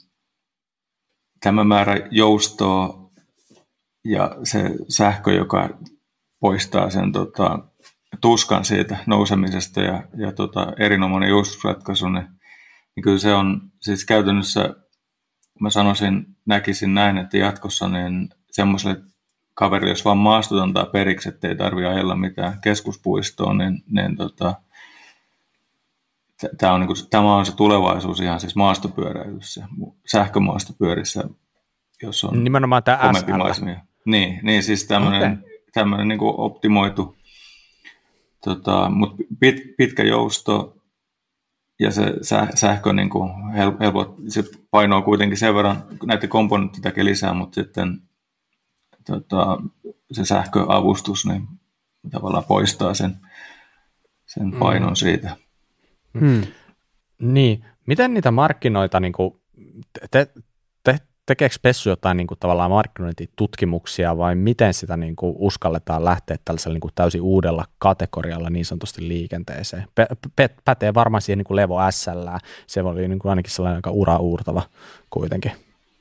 tämä määrä joustoa ja se sähkö, joka poistaa sen tota, tuskan siitä nousemisesta ja, ja tota, erinomainen joustusratkaisu, niin, niin kyllä se on siis käytännössä, mä sanoisin, näkisin näin, että jatkossa niin semmoiselle kaverille, jos vaan maastut antaa periksi, ettei tarvitse ajella mitään keskuspuistoa, niin, niin tota, tämä on, niin kuin, tämä on se tulevaisuus ihan siis maastopyöräilyssä, sähkömaastopyörissä, jos on nimenomaan tämä komepimaismia. Niin, niin, siis tämmöinen, okay. tämmöinen niin kuin optimoitu, tota, mutta pit, pitkä jousto ja se sähkö niin kuin helpot, se painoaa kuitenkin sen verran, näitä komponentteja tekee lisää, mutta sitten tota, se sähköavustus niin tavallaan poistaa sen, sen painon mm. siitä. Hmm. Niin, miten niitä markkinoita, niin kuin, te, te, tekeekö Spessu jotain niin kuin, tavallaan markkinointitutkimuksia vai miten sitä niin kuin, uskalletaan lähteä tällaisella niin kuin, täysin uudella kategorialla niin sanotusti liikenteeseen? P- p- pätee varmaan siihen niin kuin Levo S:llä, se oli niin kuin, ainakin sellainen aika ura-uurtava kuitenkin.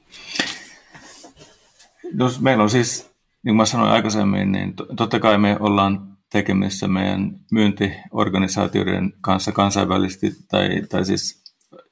No, meillä on siis, niin kuin mä sanoin aikaisemmin, niin totta kai me ollaan tekemissä meidän myyntiorganisaatioiden kanssa kansainvälisesti, tai, tai siis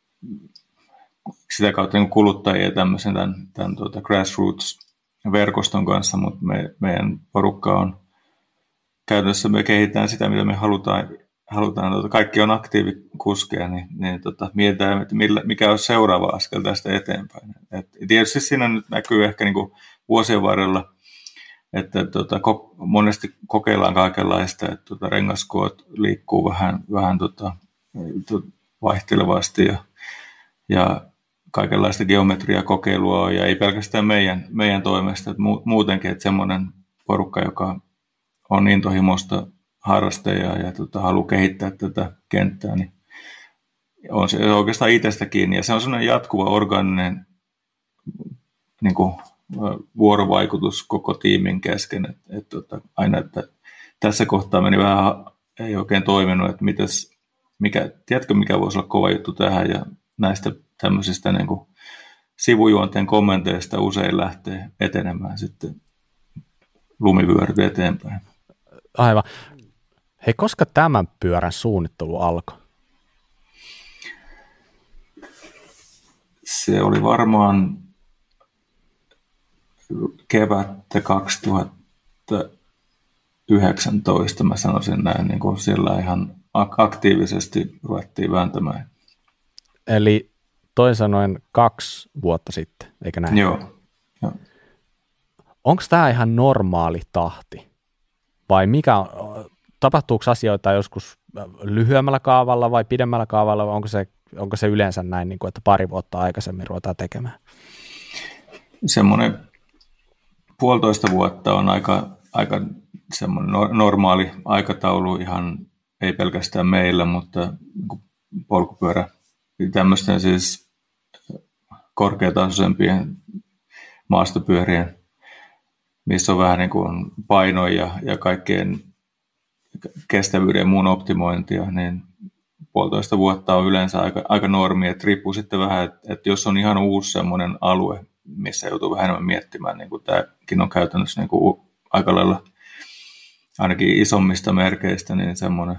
sitä kautta niin kuluttajia tämmöisen tämän, tämän tuota grassroots-verkoston kanssa, mutta me, meidän porukka on käytännössä, me kehitetään sitä, mitä me halutaan, halutaan tuota, kaikki on aktiivikuskeja, niin, niin tota, mietitään, että millä, mikä on seuraava askel tästä eteenpäin. Et tietysti siinä nyt näkyy ehkä niin kuin vuosien varrella, että tota, ko- monesti kokeillaan kaikenlaista, että tota, rengaskoot liikkuu vähän, vähän tota, vaihtelevasti ja, ja kaikenlaista geometriakokeilua on, ja ei pelkästään meidän, meidän toimesta, että mu- muutenkin, että semmoinen porukka, joka on intohimoista harrastajaa ja tota, haluaa kehittää tätä kenttää, niin on se oikeastaan itsestä kiinni, ja se on semmoinen jatkuva orgaaninen niin kuin vuorovaikutus koko tiimin kesken, että, että, että aina, että tässä kohtaa meni vähän, ei oikein toiminut, että mitäs, mikä, tiedätkö mikä voisi olla kova juttu tähän, ja näistä tämmöisistä niin kuin sivujuonteen kommenteista usein lähtee etenemään sitten lumivyöryt eteenpäin. Aivan. Hei, koska tämän pyörän suunnittelu alkoi? Se oli varmaan kevättä kaksituhattayhdeksäntoista, mä sanoisin näin, niin kuin siellä ihan aktiivisesti ruvettiin vääntämään. Eli toisin sanoen kaksi vuotta sitten, eikä näin? Joo. Jo. Onko tämä ihan normaali tahti? Vai mikä on, tapahtuuko asioita joskus lyhyemmällä kaavalla vai pidemmällä kaavalla, vai onko se, onko se yleensä näin, niin kuin, että pari vuotta aikaisemmin ruvetaan tekemään? Semmoinen puolitoista vuotta on aika, aika semmoinen normaali aikataulu, ihan ei pelkästään meillä, mutta polkupyörä, tämmöisten siis korkeatasoisempien maastopyörien, missä on vähän niin kuin painoja ja, ja kaikkien kestävyyden ja muun optimointia, niin puolitoista vuotta on yleensä aika, aika normi, että riippuu sitten vähän, että, että jos on ihan uusi semmoinen alue, missä joutuu vähän enemmän miettimään, niin kuin tämäkin on käytännössä niin kuin aika lailla ainakin isommista merkeistä, niin semmoinen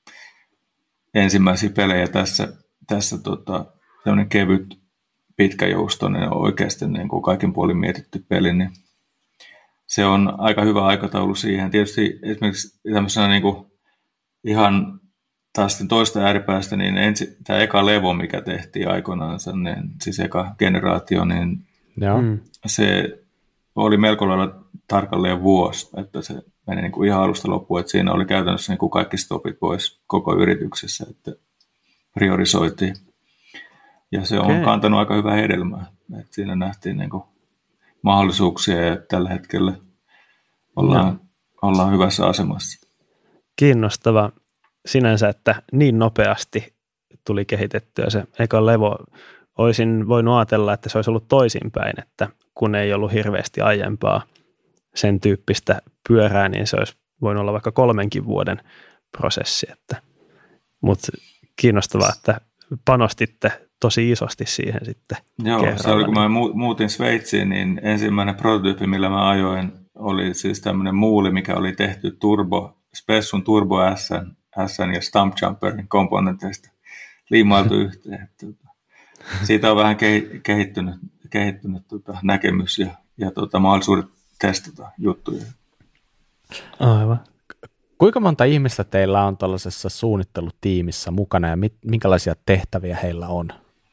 ensimmäisiä pelejä tässä, tässä tota, semmoinen kevyt, pitkäjoustoinen oikeasti niin kuin kaikin puolin mietitty peli, niin se on aika hyvä aikataulu siihen. Tietysti esimerkiksi tämmöisenä niin kuin ihan taas toista ääripäästä, niin ensi, tämä eka Levo, mikä tehtiin aikoinaan, niin, siis eka generaatio, niin Joo. se oli melko lailla tarkalleen vuosi, että se meni niin kuin ihan alusta loppuun, että siinä oli käytännössä niin kuin kaikki stopit pois koko yrityksessä, että priorisoitiin. Ja se on okay. kantanut aika hyvää hedelmää, että siinä nähtiin niin kuin mahdollisuuksia ja tällä hetkellä ollaan, ollaan hyvässä asemassa. Kiinnostava sinänsä, että niin nopeasti tuli kehitettyä se eka Levo. Olisin voinut ajatella, että se olisi ollut toisinpäin, että kun ei ollut hirveästi aiempaa sen tyyppistä pyörää, niin se olisi voinut olla vaikka kolmenkin vuoden prosessi. Mutta kiinnostavaa, että panostitte tosi isosti siihen sitten. Joo, kerralla. Se oli kun mä muutin Sveitsiin, niin ensimmäinen prototyyppi, millä mä ajoin, oli siis tämmöinen muuli, mikä oli tehty Turbo, Spessun Turbo S, S ja Stump Jumperin komponenteista liimailtu yhteen. Siitä on vähän kehittynyt, kehittynyt tota näkemys ja, ja tota mahdollisuudet testata juttuja. Aivan. Kuinka monta ihmistä teillä on tuollaisessa suunnittelutiimissä mukana ja mit, minkälaisia tehtäviä heillä on?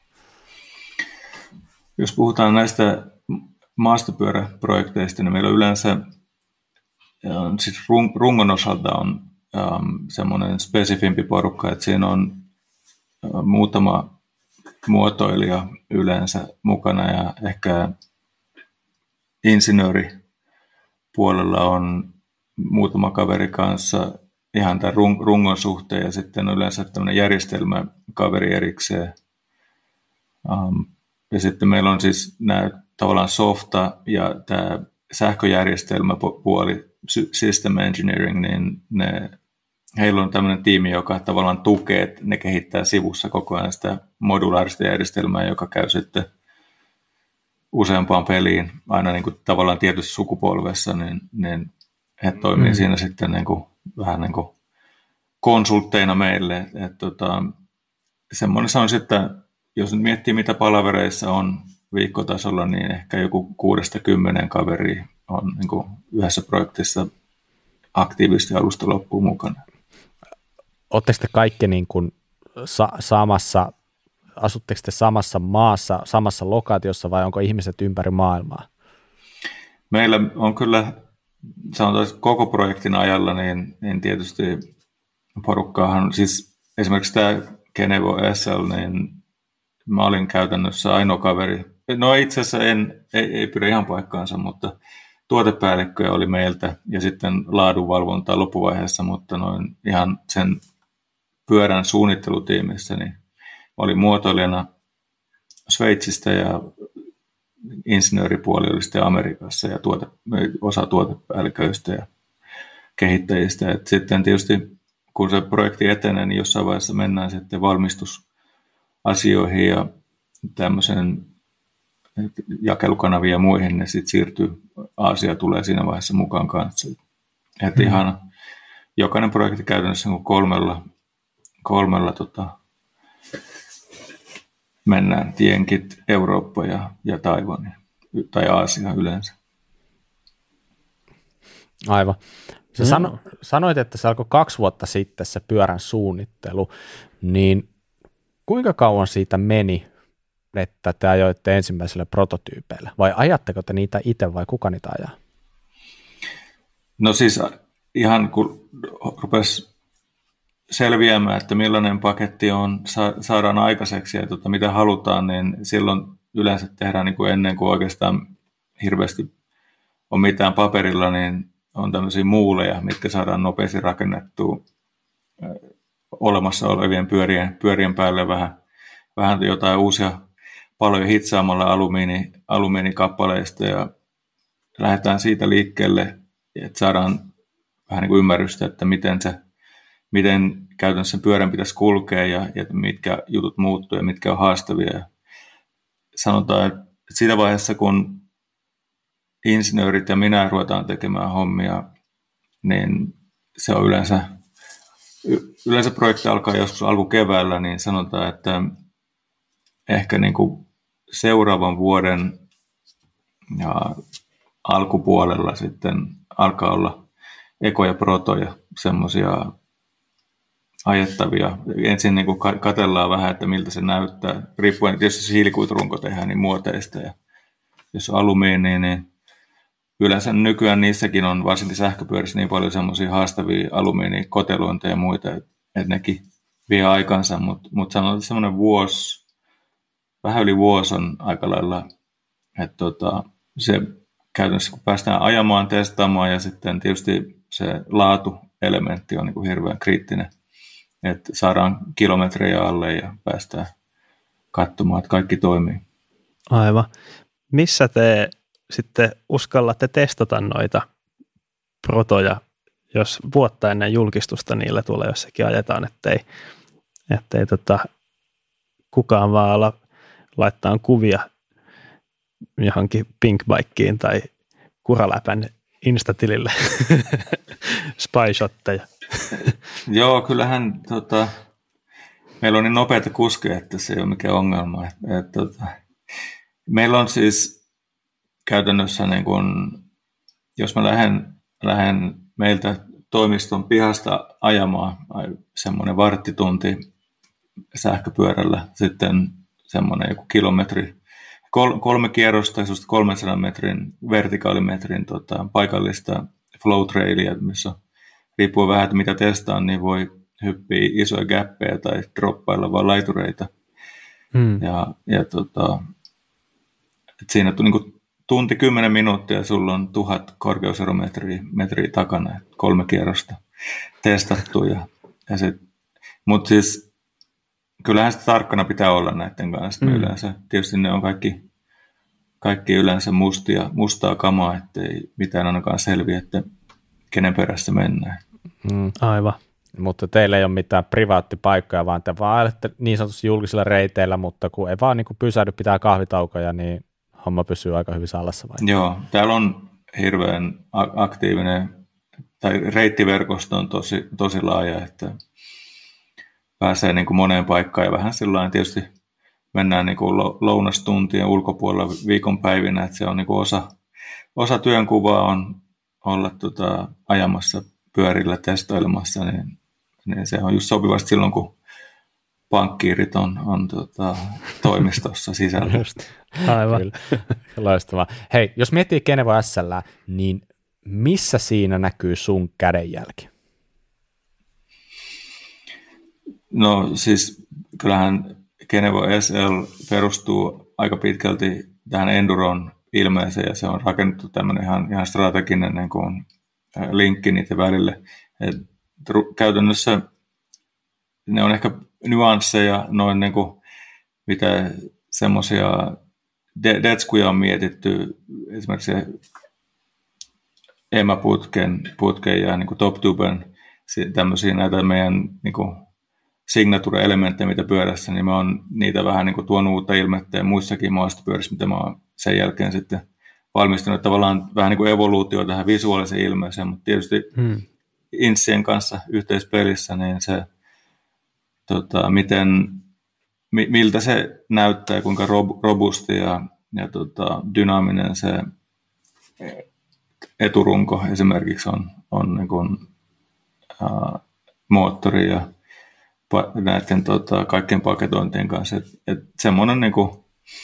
Jos puhutaan näistä maastopyöräprojekteista, niin meillä yleensä siis rungon osalta on um, semmoinen spesifimpi porukka, että siinä on uh, muutama muotoilija yleensä mukana ja ehkä insinööripuolella on muutama kaveri kanssa ihan tämän rungon suhteen ja sitten on yleensä tämmöinen järjestelmäkaveri erikseen. Um, ja sitten meillä on siis nämä tavallaan softa ja tämä sähköjärjestelmäpuoli, system engineering, niin ne, heillä on tämmöinen tiimi, joka tavallaan tukee, että ne kehittää sivussa koko ajan sitä modulaarista järjestelmää, joka käy sitten useampaan peliin aina niin kuin tavallaan tietyssä sukupolvessa, niin, niin he toimii mm. siinä sitten niin kuin, vähän niin kuin konsultteina meille. Että, tota, semmoinen se on sitten, jos nyt miettii mitä palavereissa on viikkotasolla, niin ehkä joku kuudesta kymmeneen kaveria on niin kuin yhdessä projektissa aktiivisesti alusta loppuun mukana. Oletteko te kaikki niin kuin sa- samassa, asutteko te samassa maassa, samassa lokaatiossa vai onko ihmiset ympäri maailmaa? Meillä on kyllä, sanotaan koko projektin ajalla, niin, niin tietysti porukkaahan, siis esimerkiksi tämä Kenevo S L, niin mä olin käytännössä ainoa kaveri. No itse asiassa en, ei, ei pidä ihan paikkaansa, mutta tuotepäällikköjä oli meiltä ja sitten laadunvalvontaa loppuvaiheessa, mutta noin ihan sen pyörän suunnittelutiimissä niin oli muotoilijana Sveitsistä ja insinööripuoli oli sitten Amerikassa ja tuote, osa tuotepäälliköistä ja kehittäjistä. Et sitten tietysti kun se projekti etenee, niin jossain vaiheessa mennään sitten valmistusasioihin ja tämmöisen jakelukanaviin ja muihin, ne sitten siirtyy, Aasia tulee siinä vaiheessa mukaan kanssa. Että mm. ihan jokainen projekti käytännössä on kolmella, kolmella tota, mennään tienkit, Eurooppa ja, ja Taiwan tai Aasia yleensä. Aivan. Sä mm. sano, sanoit, että se alkoi kaksi vuotta sitten se pyörän suunnittelu, niin kuinka kauan siitä meni, että te ajoitte ensimmäiselle prototyypeille? Vai ajatteko te niitä itse vai kuka niitä ajaa? No siis ihan kun rupesi selviämään, että millainen paketti on, saadaan aikaiseksi ja tota, mitä halutaan, niin silloin yleensä tehdään niin kuin ennen kuin oikeastaan hirveästi on mitään paperilla, niin on tämmöisiä muuleja, mitkä saadaan nopeasti rakennettua olemassa olevien pyörien, pyörien päälle vähän, vähän jotain uusia paloja hitsaamalla alumiini, alumiinikappaleista ja lähdetään siitä liikkeelle, että saadaan vähän niin kuin ymmärrystä, että miten, se, miten käytännössä pyörän pitäisi kulkea ja, ja mitkä jutut muuttuu ja mitkä on haastavia. Ja sanotaan, että siinä vaiheessa, kun insinöörit ja minä ruvetaan tekemään hommia, niin se on yleensä, yleensä projekti alkaa joskus alkukeväällä, niin sanotaan, että ehkä niin kuin seuraavan vuoden ja alkupuolella sitten alkaa olla ekoja protoja, semmoisia ajettavia. Ensin niin kuin katsellaan vähän, että miltä se näyttää. Riippuen, että jos se hiilikuiturunko tehdään, niin muoteista. Ja jos on alumiini, niin yleensä nykyään niissäkin on, varsinkin sähköpyörissä, niin paljon semmoisia haastavia alumiinikotelointeja ja muita, että nekin vie aikansa. Mutta mut sanotaan, että semmoinen vuosi, vähän yli vuosi on aika lailla, että tota, se käytännössä kun päästään ajamaan, testaamaan ja sitten tietysti se laatuelementti on niin kuin hirveän kriittinen, että saadaan kilometrejä alle ja päästään katsomaan, että kaikki toimii. Aivan. Missä te sitten uskallatte testata noita protoja, jos vuotta ennen julkistusta niillä tulee jossakin ajetaan, ettei, ettei tota, kukaan vaan ala laittaa kuvia johonkin Pinkbikeen tai Kuraläpän Instatilille spyshotteja. Joo, kyllähän tota, meillä on niin nopeita kuskeja, että se ei ole mikään ongelma. Et, et, tota, meillä on siis käytännössä, niin kun, jos mä lähden, lähden meiltä toimiston pihasta ajamaan semmoinen varttitunti sähköpyörällä, sitten semmoinen joku kilometri, kol, kolme kierrosta, kolmensadan metrin vertikaalimetrin tota, paikallista flow trailia, missä riippuu vähän, että mitä testaan, niin voi hyppiä isoja gäppejä tai droppailla vaan laitureita. Hmm. Ja, ja tota, et siinä on niin kuin tunti kymmenen minuuttia, sulla on tuhat korkeuserometriä metriä takana, kolme kierrosta testattu. Ja, ja sit, mutta siis kyllähän sitä tarkkana pitää olla näiden kanssa. Mm. Yleensä, tietysti ne on kaikki, kaikki yleensä mustia, mustaa kamaa, ettei mitään ainakaan selviä, että kenen perässä mennään. Mm. Aivan. Mutta teillä ei ole mitään privaattipaikkoja, vaan te vaan ajatte niin sanotusti julkisilla reiteillä, mutta kun ei vaan niin kuin pysähdy, pitää kahvitaukoja, niin homma pysyy aika hyvin salassa vai? Joo, täällä on hirveän aktiivinen, tai reittiverkosto on tosi, tosi laaja, että pääsee niin kuin moneen paikkaan ja vähän sillain tietysti mennään niin kuin lounastuntien ulkopuolella viikonpäivinä, että se on niin kuin osa, osa työnkuvaa on olla tota, ajamassa pyörillä testailemassa, niin, niin se on just sopivasti silloin, kun pankkiirit on, on tota, toimistossa sisällä. Aivan. Kyllä. Loistavaa. Hei, jos miettii Kenevo S L, niin missä siinä näkyy sun kädenjälki? No siis kyllähän Kenevo S L perustuu aika pitkälti tähän Enduron ilmeeseen ja se on rakennettu tämmöinen ihan, ihan strateginen niin kuin linkki niiden välille. Et käytännössä ne on ehkä nyansseja, noin niin kuin, mitä semmoisia de- detskuja on mietitty, esimerkiksi emäputken putken ja niin kuin TopTuben tämmöisiä näitä meidän niin kuin signature-elementtejä, mitä pyörässä, niin mä oon niitä vähän niin kuin tuonut uutta ilmettä ja muissakin maastopyörissä, mitä mä oon sen jälkeen sitten valmistunut. Tavallaan vähän niin kuin evoluutio tähän visuaaliseen ilmeeseen, mutta tietysti hmm. Intsien kanssa yhteispelissä, niin se, tota, miten, mi, miltä se näyttää, kuinka rob, robusti ja, ja tota, dynaaminen se eturunko esimerkiksi on, on niin kuin, ää, moottori ja pa, näiden tota, kaikkien paketointien kanssa. Et, et semmoinen niin kuin,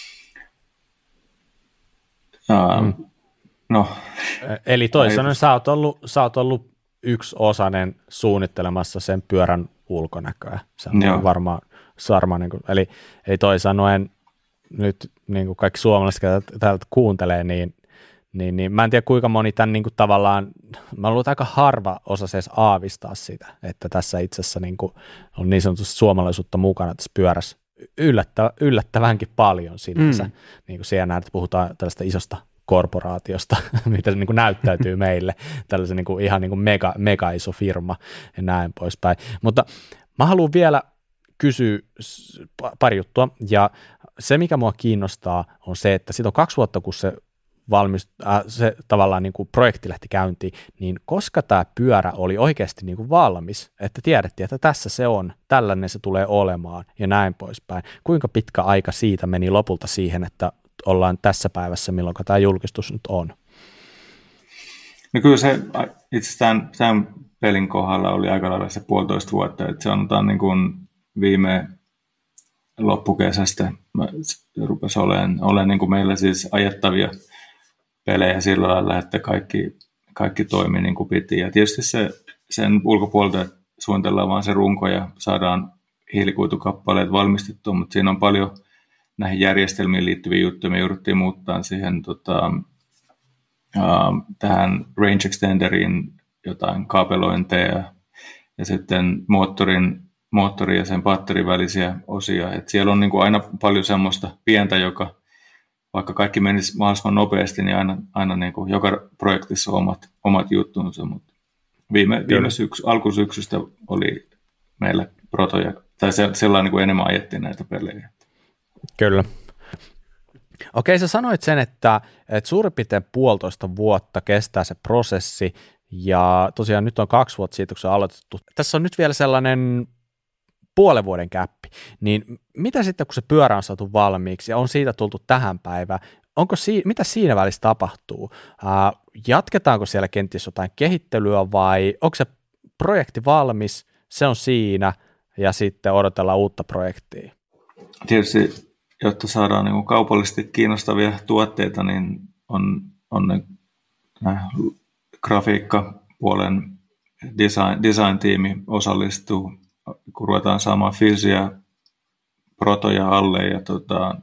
ää, hmm. no, Eli toisin sanoen sä oot ollut, sä oot ollut yksi osainen suunnittelemassa sen pyörän ulkonäköä. Se on Joo. varmaan varma, niin kuin, eli, eli toisin sanoen nyt niin kuin kaikki suomalaiset, jotka täältä kuuntelee, niin, niin, niin mä en tiedä kuinka moni tämän niin kuin tavallaan, mä luulen, että aika harva osa edes aavistaa sitä, että tässä itse asiassa niin kuin on niin sanotusti suomalaisuutta mukana tässä pyörässä yllättä, yllättävänkin paljon sinänsä, mm. niin kuin siellä näet, että puhutaan tällaista isosta korporaatiosta, mitä se niin kuin näyttäytyy meille, tällaisen niin kuin ihan niin kuin mega, mega iso firma ja näin poispäin. Mutta mä haluan vielä kysyä pari juttua, ja se mikä mua kiinnostaa on se, että siitä on kaksi vuotta, kun se valmist, äh, se tavallaan niin kuin projekti lähti käyntiin, niin koska tämä pyörä oli oikeasti niin kuin valmis, että tiedettiin, että tässä se on, tällainen se tulee olemaan ja näin poispäin. Kuinka pitkä aika siitä meni lopulta siihen, että ollaan tässä päivässä, milloin tämä julkistus nyt on? No kyllä se itse tämän, tämän pelin kohdalla oli aika lailla se puolitoista vuotta, että se on niin kuin viime loppukesästä rupesi olemaan, olemaan niin kuin meillä siis ajettavia pelejä sillä lailla, että kaikki, kaikki toimi niin kuin piti. Ja tietysti se, sen ulkopuolelta suunnitellaan vaan se runko ja saadaan hiilikuitukappaleet valmistettua, mutta siinä on paljon näihin järjestelmiin liittyviä juttuja. Me jouduttiin muuttaa siihen tota, uh, tähän range extenderiin jotain kaapelointeja ja sitten moottorin, moottorin ja sen batterin välisiä osia. Et siellä on niin kuin aina paljon semmoista pientä, joka vaikka kaikki menisi mahdollisimman nopeasti, niin aina, aina niin kuin joka projektissa on omat, omat juttunsa. Mutta viime, viime syksy, alkusyksystä oli meillä protoja, tai se, sellainen niin kuin enemmän ajettiin näitä pelejä. Kyllä. Okei, sä sanoit sen, että, että suurin piirtein puolitoista vuotta kestää se prosessi, ja tosiaan nyt on kaksi vuotta siitä, kun se on aloitettu. Tässä on nyt vielä sellainen puolen vuoden käppi, niin mitä sitten, kun se pyörä on saatu valmiiksi ja on siitä tultu tähän päivään, onko si- mitä siinä välissä tapahtuu? Ää, jatketaanko siellä kenties jotain kehittelyä vai onko se projekti valmis, se on siinä, ja sitten odotellaan uutta projektia. Tietysti, jotta saadaan niin kuin kaupallisesti kiinnostavia tuotteita, niin on, on ne, nämä grafiikkapuolen design, design-tiimi osallistuu, kun ruvetaan saamaan fysiä protoja alle, ja tota,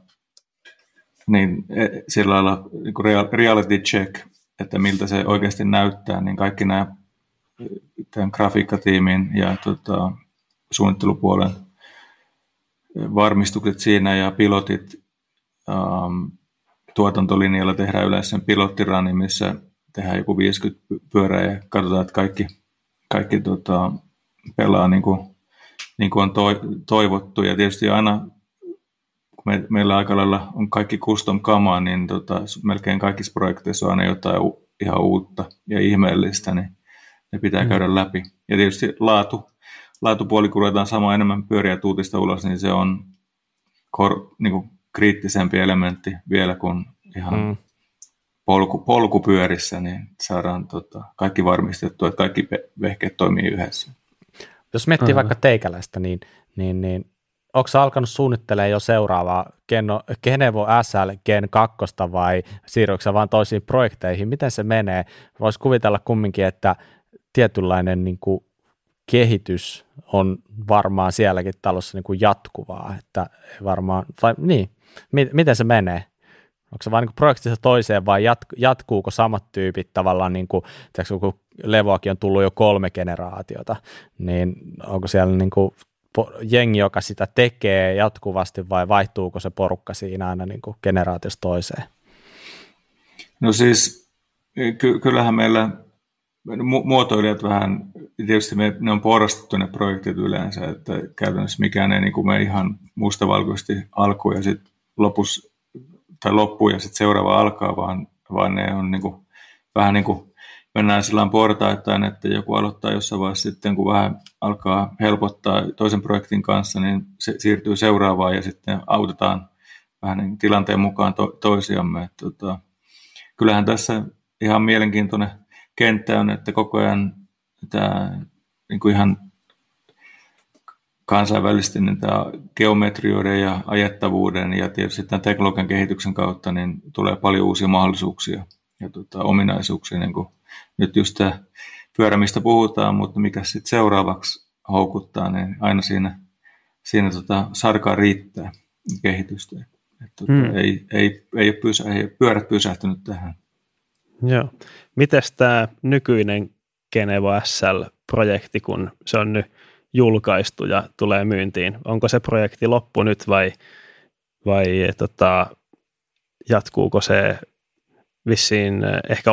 niin sillä lailla niin kuin reality check, että miltä se oikeasti näyttää, niin kaikki nämä tämän grafiikkatiimin ja tota, suunnittelupuolen varmistukset siinä ja pilotit ähm, tuotantolinjalla tehdään yleensä sen pilottirani, missä tehdään joku viisikymmentä pyörää ja katsotaan, että kaikki, kaikki tota, pelaa niin kuin, niin kuin on to, toivottu. Ja tietysti aina, kun me, meillä aika lailla on kaikki custom kamaa, niin tota, melkein kaikissa projekteissa on aina jotain u, ihan uutta ja ihmeellistä, niin ne pitää mm. käydä läpi. Ja tietysti laatu. Laatupuoli, kun ruvetaan saamaan enemmän pyöriä tuutista ulos, niin se on kor, niin kuin kriittisempi elementti vielä kuin ihan mm. polku, polkupyörissä, niin saadaan tota, kaikki varmistettua, että kaikki vehkeet toimii yhdessä. Jos miettii uh-huh. vaikka teikäläistä, niin, niin, niin onko sä alkanut suunnittelemaan jo seuraavaa Geno, Genevo S L Gen kaksi vai siirrytkö sä vaan toisiin projekteihin? Miten se menee? Voisi kuvitella kumminkin, että tietynlainen niin kuin kehitys on varmaan sielläkin talossa niin kuin jatkuvaa, että varmaan, vai niin, miten se menee? Onko se vain niin projektista toiseen vai jatkuuko samat tyypit tavallaan, niin kuin, tiedätkö, kun Levoakin on tullut jo kolme generaatiota, niin onko siellä niin kuin jengi, joka sitä tekee jatkuvasti vai vaihtuuko se porukka siinä aina niin kuin generaatiosta toiseen? No siis ky- kyllähän meillä Mu- muotoilijat vähän, tietysti me, ne on porrastettu ne projektit yleensä, että käytännössä mikään ei niin kuin me ihan mustavalkoisesti alkuun ja sitten lopussa, tai loppuun ja sitten seuraava alkaa, vaan, vaan ne on niin kuin, vähän niin kuin mennään sillä portaittain, että joku aloittaa jossain vaiheessa sitten, kun vähän alkaa helpottaa toisen projektin kanssa, niin se siirtyy seuraavaan ja sitten autetaan vähän niin tilanteen mukaan to- toisiamme. Et, tota, kyllähän tässä ihan mielenkiintoinen kenttä on, että koko ajan tämä niin kuin ihan kansainvälisesti niin tämä geometrioiden ja ajettavuuden ja tietysti tämän teknologian kehityksen kautta niin tulee paljon uusia mahdollisuuksia ja tota, ominaisuuksia. Niin kuin nyt just tämä pyörä, mistä puhutaan, mutta mikä sitten seuraavaksi houkuttaa, niin aina siinä, siinä tota, sarkaa riittää kehitystä. Et, tota, hmm. ei, ei, ei, ole pysä, ei ole pyörät pysähtynyt tähän. Joo. Mites tämä nykyinen Genevo S L-projekti, kun se on nyt julkaistu ja tulee myyntiin? Onko se projekti loppu nyt vai, vai tota, jatkuuko se vissiin ehkä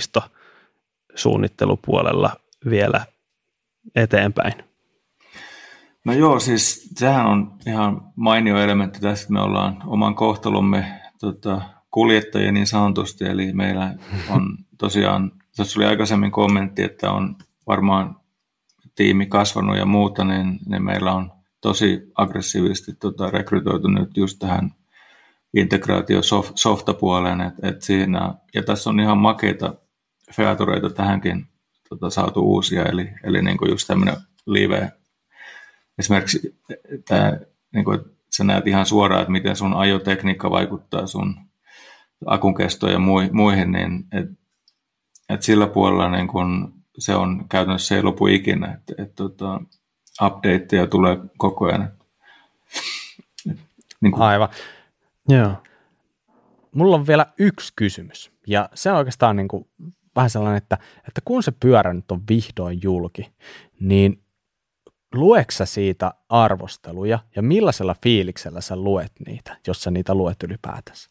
ohjelmistosuunnittelupuolella vielä eteenpäin? No joo, siis sehän on ihan mainio elementti tässä, että me ollaan oman kohtalomme tota, kuljettajia niin sanotusti, eli meillä on tosiaan, tuossa oli aikaisemmin kommentti, että on varmaan tiimi kasvanut ja muuta, niin, niin meillä on tosi aggressiivisesti tota, rekrytoitu nyt just tähän integraatio-softapuoleen, että et siinä, ja tässä on ihan makeita featureita tähänkin tota, saatu uusia, eli, eli niin kuin just tämmöinen live, esimerkiksi tämä, niin kuin, että sä näet ihan suoraan, että miten sun ajotekniikka vaikuttaa sun akun kestoon ja muihin, niin et, et sillä puolella niin kun se on käytännössä se ei lopu ikinä, että et, tota, updateja tulee koko ajan. Et, niin kun... Aivan. Joo. Mulla on vielä yksi kysymys, ja se on oikeastaan niin kuin vähän sellainen, että, että kun se pyörä nyt on vihdoin julki, niin luetko sä siitä arvosteluja, ja millaisella fiiliksellä sä luet niitä, jos sä niitä luet ylipäätänsä?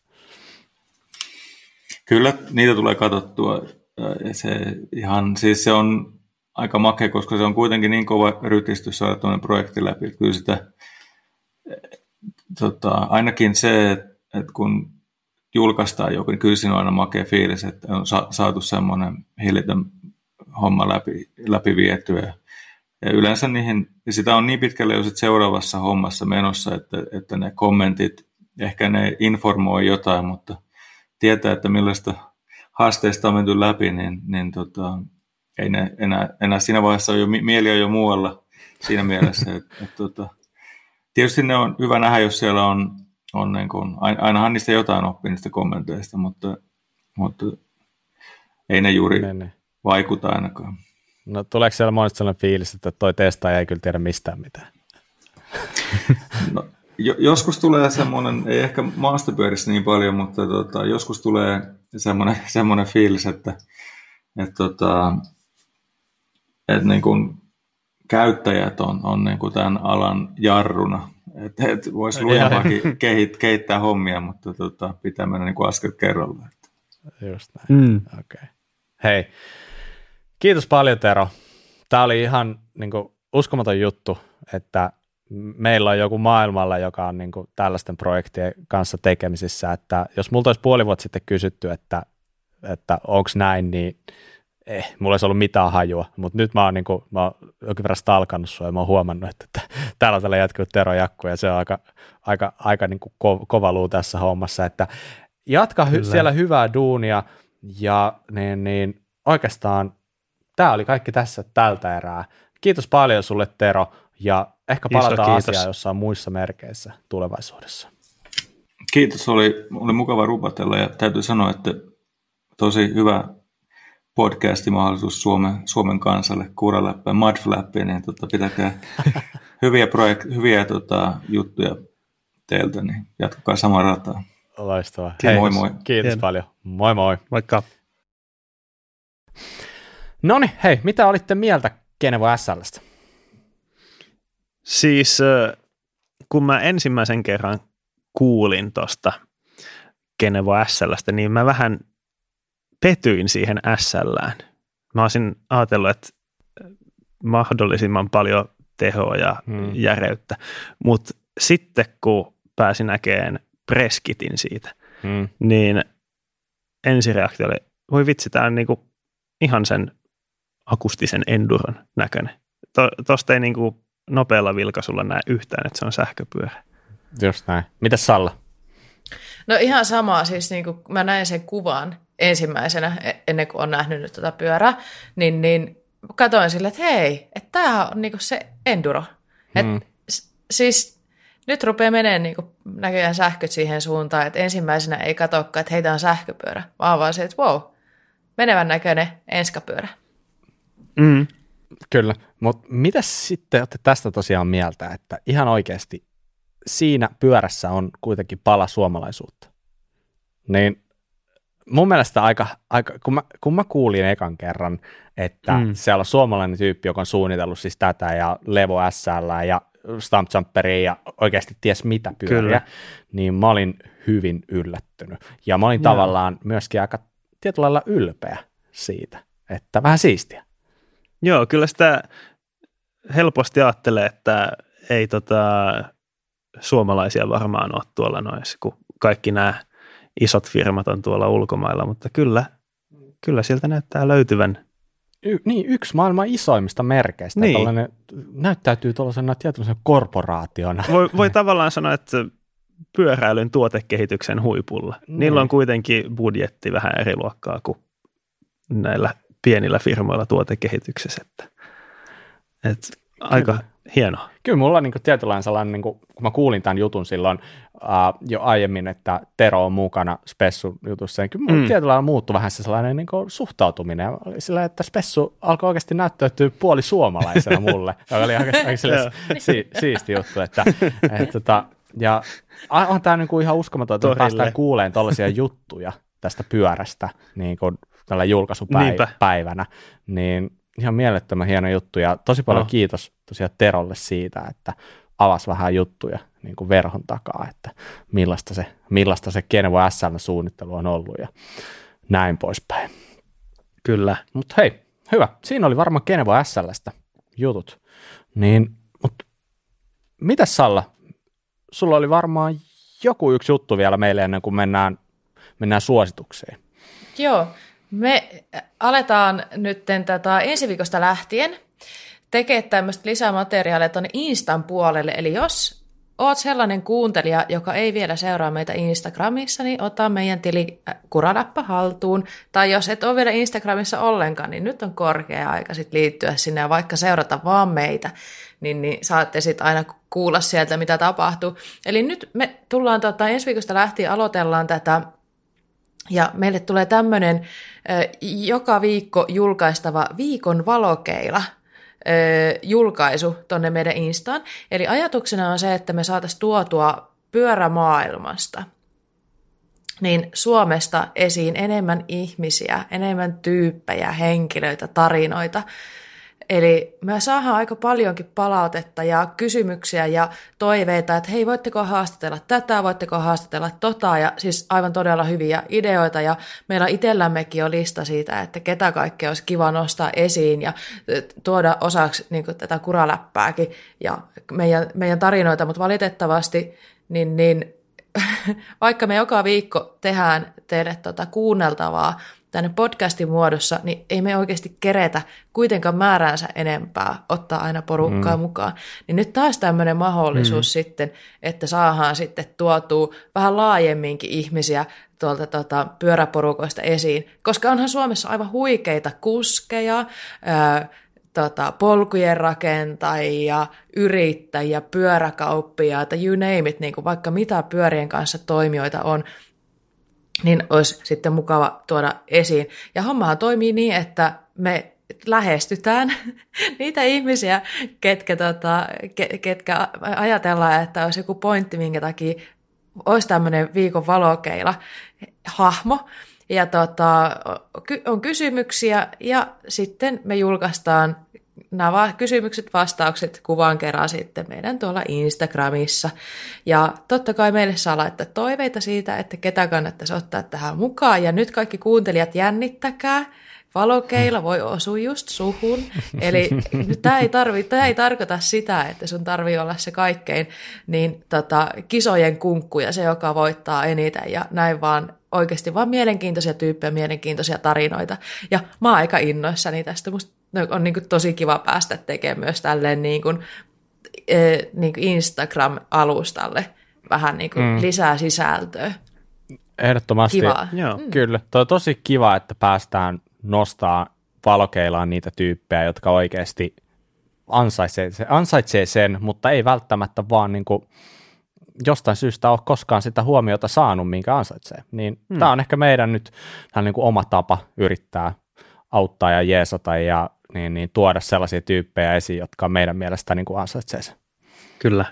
Kyllä, niitä tulee katsottua. Se, ihan, siis se on aika makea, koska se on kuitenkin niin kova rytistys saada tuonne projekti läpi. Kyllä sitä, tota, ainakin se, että, että kun julkaistaan joku, niin kyllä siinä on aina makea fiilis, että on sa- saatu semmoinen hillitön homma läpi, läpi vietyä. Ja yleensä niihin, ja sitä on niin pitkälle jo sit seuraavassa hommassa menossa, että, että ne kommentit, ehkä ne informoi jotain, mutta tietää, että millaista haasteista on menty läpi, niin, niin tota, ei ne enää, enää siinä vaiheessa on jo, mieli on jo muualla siinä mielessä. Et, et, tota, tietysti ne on hyvä nähdä, jos siellä on, on niin kuin, ainahan niistä jotain oppii niistä kommenteista, mutta, mutta ei ne juuri ne, ne. vaikuta ainakaan. No tuleeko siellä monesti sellainen fiilis, että toi testaaja ei kyllä tiedä mistään mitään? No, jo, joskus tulee semmoinen, ei ehkä maastopyörissä niin paljon, mutta tota, joskus tulee semmoinen, semmoinen fiilis, että, että, tota, että niin kuin käyttäjät on, on niin kuin tämän alan jarruna. Että et voisi lujempaakin kehit, kehittää hommia, mutta tota, pitää mennä niin kuin askel kerrallaan. Just näin. Mm. Okay. Hei, kiitos paljon Tero. Tämä oli ihan niin kuin uskomaton juttu, että meillä on joku maailmalla, joka on niin kuin tällaisten projektien kanssa tekemisissä, että jos multa olisi puoli vuotta sitten kysytty, että, että onko näin, niin eh, mulla olisi ollut mitään hajua, mutta nyt mä oon, niin kuin, mä oon jokin verran stalkannut sua ja mä oon huomannut, että, että täällä on tällä jatkunut Tero Jakku ja se on aika, aika, aika niin kuin ko- kova luu tässä hommassa, että jatka hy- siellä hyvää duunia ja niin, niin oikeastaan tämä oli kaikki tässä tältä erää. Kiitos paljon sulle Tero ja ehkä palataan asiaan jossain muissa merkeissä tulevaisuudessa. Kiitos, oli, oli mukava rupatella ja täytyy sanoa, että tosi hyvä podcasti-mahdollisuus Suomen, Suomen kansalle, Kuuraläppä ja Mudflappia, niin tota, pitäkää hyviä, projekt, hyviä tota, juttuja teiltä, niin jatkakaa samaa rataa. Loistavaa. Hei, moi moi. Kiitos Hien. paljon. Moi moi. Moikka. Noniin, hei, mitä olitte mieltä Genevo S L:stä? Siis kun mä ensimmäisen kerran kuulin tuosta Genevo S L:stä, niin mä vähän petyin siihen S L:ään. Mä olisin ajatellut, että mahdollisimman paljon tehoa ja hmm. järeyttä, mutta sitten kun pääsin näkemään preskitin siitä, hmm. niin ensireaktio oli, voi vitsi, tämä on niinku ihan sen akustisen enduron näköinen. Tuosta ei niinku nopealla vilkaisulla näe yhtään, että se on sähköpyörä. Just näin. Mitäs Salla? No ihan samaa, siis niinku mä näin sen kuvan ensimmäisenä, ennen kuin on nähnyt nyt tätä pyörää, niin, niin katsoin sille, että hei, että tämä on niinku se enduro. Hmm. Et, siis nyt rupeaa menemään niinku näköjään sähköt siihen suuntaan, että ensimmäisenä ei katsokaan, että heitä on sähköpyörä, vaan vaan se, että wow, menevän näköinen enskapyörä. Mm. Kyllä, mutta mitäs sitten olette tästä tosiaan mieltä, että ihan oikeasti siinä pyörässä on kuitenkin pala suomalaisuutta? Niin mun mielestä aika, aika kun, mä, kun mä kuulin ekan kerran, että mm. siellä on suomalainen tyyppi, joka on suunnitellut siis tätä ja Levo S L ja Stump Jumperia ja oikeasti ties mitä pyöriä, Kyllä. niin mä olin hyvin yllättynyt. Ja mä olin Joo. tavallaan myöskin aika tietyllä lailla ylpeä siitä, että vähän siistiä. Joo, kyllä sitä helposti ajattelee, että ei tota, suomalaisia varmaan ole tuolla noissa, kun kaikki nämä isot firmat on tuolla ulkomailla, mutta kyllä, kyllä sieltä näyttää löytyvän. Y- niin, yksi maailman isoimmista merkeistä. Niin. Tällainen, näyttäytyy tuollaisena tietynlaisena korporaationa. Voi, voi tavallaan sanoa, että pyöräilyn tuotekehityksen huipulla. Niin. Niillä on kuitenkin budjetti vähän eri luokkaa kuin näillä pienillä firmoilla tuotekehityksessä. Että, että aika hienoa. Kyllä mulla on niin kuin tietynlainen sellainen, niin kuin, kun mä kuulin tämän jutun silloin uh, jo aiemmin, että Tero on mukana Spessun jutussa, niin kyllä mulla mm. tietynlainen muuttui vähän se sellainen niin kuin suhtautuminen. Sillä, että Spessu alkoi oikeasti näyttäytyä puoli suomalaisena mulle, joka oli aika, aika si, siisti juttu. Että, et, tota, ja on tämä niin kuin ihan uskomaton, että me päästään kuulemaan tällaisia juttuja tästä pyörästä niin kuin tällä julkaisupäivänä, niin ihan mielettömän hieno juttu ja tosi paljon oh. kiitos tosiaan Terolle siitä, että avasi vähän juttuja niin kuin verhon takaa, että millaista se, millaista se Genevo S L-suunnittelu on ollut ja näin poispäin. Kyllä. Mutta hei, hyvä. Siinä oli varmaan Genevo S L:stä jutut. Niin, mutta mitäs Salla? Sulla oli varmaan joku yksi juttu vielä meille ennen kuin mennään, mennään suosituksiin. Joo. Me aletaan nyt tätä ensi viikosta lähtien tekemään tämmöistä lisämateriaalia tuonne Instan puolelle, eli jos oot sellainen kuuntelija, joka ei vielä seuraa meitä Instagramissa, niin ota meidän tili Kuraläppä haltuun. Tai jos et ole vielä Instagramissa ollenkaan, niin nyt on korkea aika sit liittyä sinne ja vaikka seurata vaan meitä, niin, niin saatte sitten aina kuulla sieltä, mitä tapahtuu. Eli nyt me tullaan, tota, ensi viikosta lähtien aloitellaan tätä, ja meille tulee tämmöinen joka viikko julkaistava viikon valokeila julkaisu tonne meidän Instaan. Eli ajatuksena on se, että me saataisiin tuotua pyörämaailmasta niin Suomesta esiin enemmän ihmisiä, enemmän tyyppejä, henkilöitä, tarinoita. Eli me saadaan aika paljonkin palautetta ja kysymyksiä ja toiveita, että hei, voitteko haastatella tätä, voitteko haastatella tota, ja siis aivan todella hyviä ideoita, ja meillä itsellämmekin on lista siitä, että ketä kaikkea olisi kiva nostaa esiin ja tuoda osaksi niin kuin tätä kuraläppääkin ja meidän, meidän tarinoita, mutta valitettavasti niin, niin vaikka me joka viikko tehdään teille tota kuunneltavaa tänne podcastin muodossa, niin ei me oikeasti keretä kuitenkaan määräänsä enempää ottaa aina porukkaa mm. mukaan. Niin nyt taas tämmöinen mahdollisuus mm. sitten, että saadaan sitten tuotua vähän laajemminkin ihmisiä tuolta tota, pyöräporukoista esiin, koska onhan Suomessa aivan huikeita kuskeja, ää, tota, polkujen rakentajia, yrittäjiä, pyöräkauppiaita, you name it, niin kuin vaikka mitä pyörien kanssa toimijoita on, niin olisi sitten mukava tuoda esiin. Ja hommahan toimii niin, että me lähestytään niitä ihmisiä, ketkä, tota, ketkä ajatellaan, että olisi joku pointti, minkä takia olisi tämmöinen viikon valokeila hahmo. Ja tota, on kysymyksiä ja sitten me julkaistaan nämä kysymykset, vastaukset kuvan kerran sitten meidän tuolla Instagramissa. Ja totta kai meille saa laittaa toiveita siitä, että ketä kannattaisi ottaa tähän mukaan. Ja nyt kaikki kuuntelijat jännittäkää. Valokeila voi osua just suhun. Eli tämä ei, tarvi, tämä ei tarkoita sitä, että sun tarvii olla se kaikkein niin, tota, kisojen kunkku ja se, joka voittaa eniten. Ja näin vaan oikeasti vaan mielenkiintoisia tyyppejä, mielenkiintoisia tarinoita. Ja mä oon aika innoissani tästä. Musta on niin kuin tosi kiva päästä tekemään myös tälleen niin kuin, eh, niin kuin Instagram-alustalle vähän niin kuin mm. lisää sisältöä. Ehdottomasti. Kivaa. Joo. Mm. Kyllä. Tuo on tosi kiva, että päästään nostaa valokeilaan niitä tyyppejä, jotka oikeasti ansaitsee, ansaitsee sen, mutta ei välttämättä vaan niin kuin jostain syystä ole koskaan sitä huomiota saanut, minkä ansaitsee. Niin mm. tämä on ehkä meidän nyt niin kuin oma tapa yrittää auttaa ja jeesata ja niin, niin, tuoda sellaisia tyyppejä esiin, jotka meidän mielestä niin kuin ansaitsee sen. Kyllä.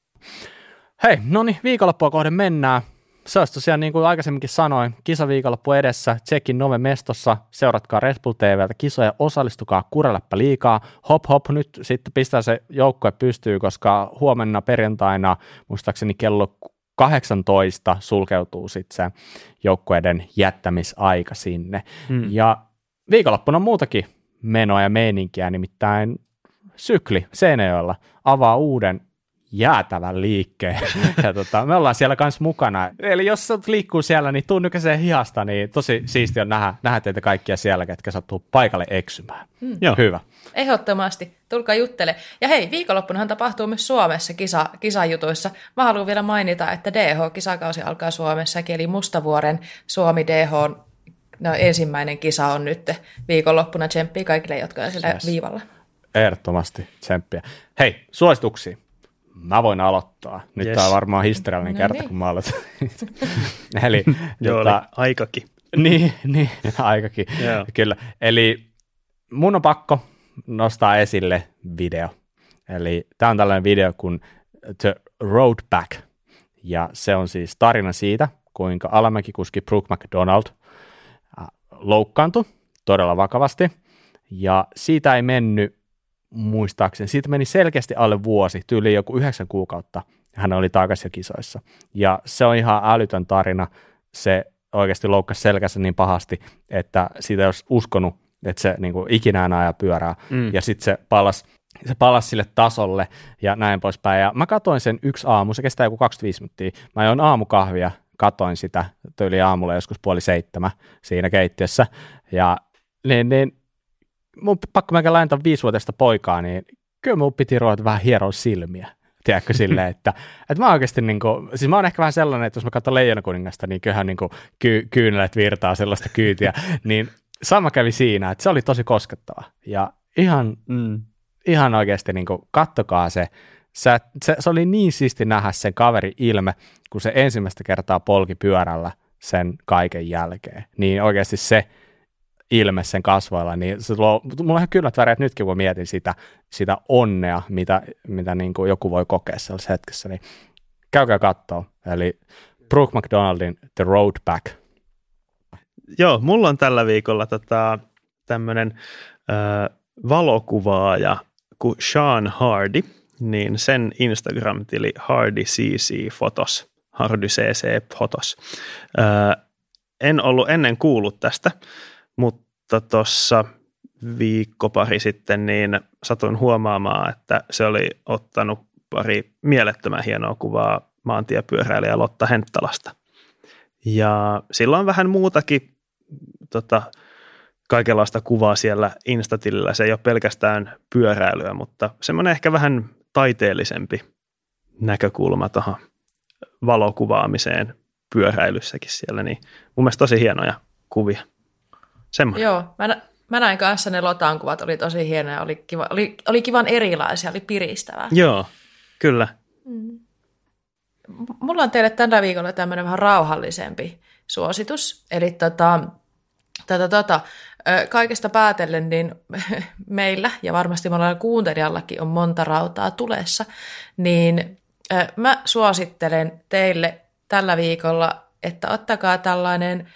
Hei, no niin, viikonloppua kohden mennään. Se olisi tosiaan, niin kuin aikaisemminkin sanoin, kisaviikonloppu edessä, Tsekin Nove Mestossa, seuratkaa Red Bull T V:ltä kisoja, osallistukaa Kuraläppä liigaa, hop hop, nyt sitten pistää se joukkue pystyy, koska huomenna perjantaina, muistaakseni kello kahdeksantoista sulkeutuu sitten se joukkueiden jättämisaika sinne, mm. ja viikonloppuna on muutakin menoa ja meininkiä, nimittäin Sykli Seinäjoella avaa uuden jäätävän liikkeen. Ja tota, me ollaan siellä kanssa mukana. Eli jos sä liikkuu siellä, niin tuu nykäiseen hihasta, niin tosi siisti on nähdä, nähdä teitä kaikkia siellä, ketkä sattuu paikalle eksymään. Mm. Joo. Hyvä. Ehdottomasti. Tulkaa juttele. Ja hei, viikonloppunahan tapahtuu myös Suomessa kisa, kisajutuissa. Mä haluan vielä mainita, että D H-kisakausi alkaa Suomessakin, eli Mustavuoren Suomi D H no, ensimmäinen kisa on nyt viikonloppuna. Tsemppii kaikille, jotka on siellä yes. viivalla. Ehdottomasti tsemppiä. Hei, suosituksia. Mä voin aloittaa. Nyt yes. Tämä on varmaan historiallinen no kerta, niin. kun mä aloitan. Eli, Joo, jota, aikakin. Niin, niin aikakin, yeah. kyllä. Eli mun on pakko nostaa esille video. Eli tämä on tällainen video kuin The Road Back. Ja se on siis tarina siitä, kuinka alamäkikuski Brooke McDonald loukkaantui todella vakavasti. Ja siitä ei mennyt muistaakseni, siitä meni selkeästi alle vuosi, tyyliin joku yhdeksän kuukautta, hän oli takaisin kisoissa. Ja se on ihan älytön tarina, se oikeasti loukkasi selkässä niin pahasti, että siitä ei olisi uskonut, että se niin kuin ikinä enää ajaa pyörää. Mm. Ja sitten se palasi, se palasi sille tasolle ja näin poispäin. Ja mä katoin sen yksi aamu, se kestää joku kaksikymmentäviisi minuuttia. Mä join aamukahvia, katoin sitä tyyliin aamulla joskus puoli seitsemän siinä keittiössä. Ja niin, niin mun pakko mäkin lainata viisivuotiaista poikaa, niin kyllä mun piti ruveta vähän hieroa silmiä. tiedätkö, silleen, että, että mä oikeasti, niin kuin, siis mä oon ehkä vähän sellainen, että jos mä katson Leijonakuningasta, niin kyllähän niin kuin ky- kyynelet virtaa sellaista kyytiä, niin sama kävi siinä, että se oli tosi koskettava. Ja ihan, mm. ihan oikeasti, niin kuin, kattokaa se, se, se, se oli niin siisti nähdä sen kaveri ilme, kun se ensimmäistä kertaa polki pyörällä sen kaiken jälkeen. Niin oikeasti se ilme sen kasvoilla, niin se tuo, mulla on ihan kylmät väreet nytkin, kun mietin sitä, sitä onnea, mitä, mitä niin kuin joku voi kokea sellaisessa hetkessä, niin käykää kattoo. Eli Brooke McDonaldin The Road Back. Joo, mulla on tällä viikolla tota, tämmöinen äh, valokuvaaja kuin Sean Hardy, niin sen Instagram-tili Hardy C C Photos, Hardy C C Photos. Äh, en ollut ennen kuullut tästä, mutta tuossa viikko pari sitten niin satuin huomaamaan, että se oli ottanut pari mielettömän hienoa kuvaa maantiepyöräilijä Lotta Henttalasta. Ja sillä on vähän muutakin tota, kaikenlaista kuvaa siellä Instatilillä. Se ei ole pelkästään pyöräilyä, mutta semmoinen ehkä vähän taiteellisempi näkökulma tuohon valokuvaamiseen pyöräilyssäkin siellä. Niin mun mielestä tosi hienoja kuvia. Semmoinen. Joo, mä, mä näin kanssa ne Lotan kuvat, oli tosi hienoja, oli, kiva, oli, oli kivan erilaisia, oli piristävää. Joo, kyllä. Mm. Mulla on teille tällä viikolla tämmöinen vähän rauhallisempi suositus, eli tota, tota, tota, kaikesta päätellen niin meillä ja varmasti monella kuuntelijallakin on monta rautaa tulessa, niin mä suosittelen teille tällä viikolla, että ottakaa tällainen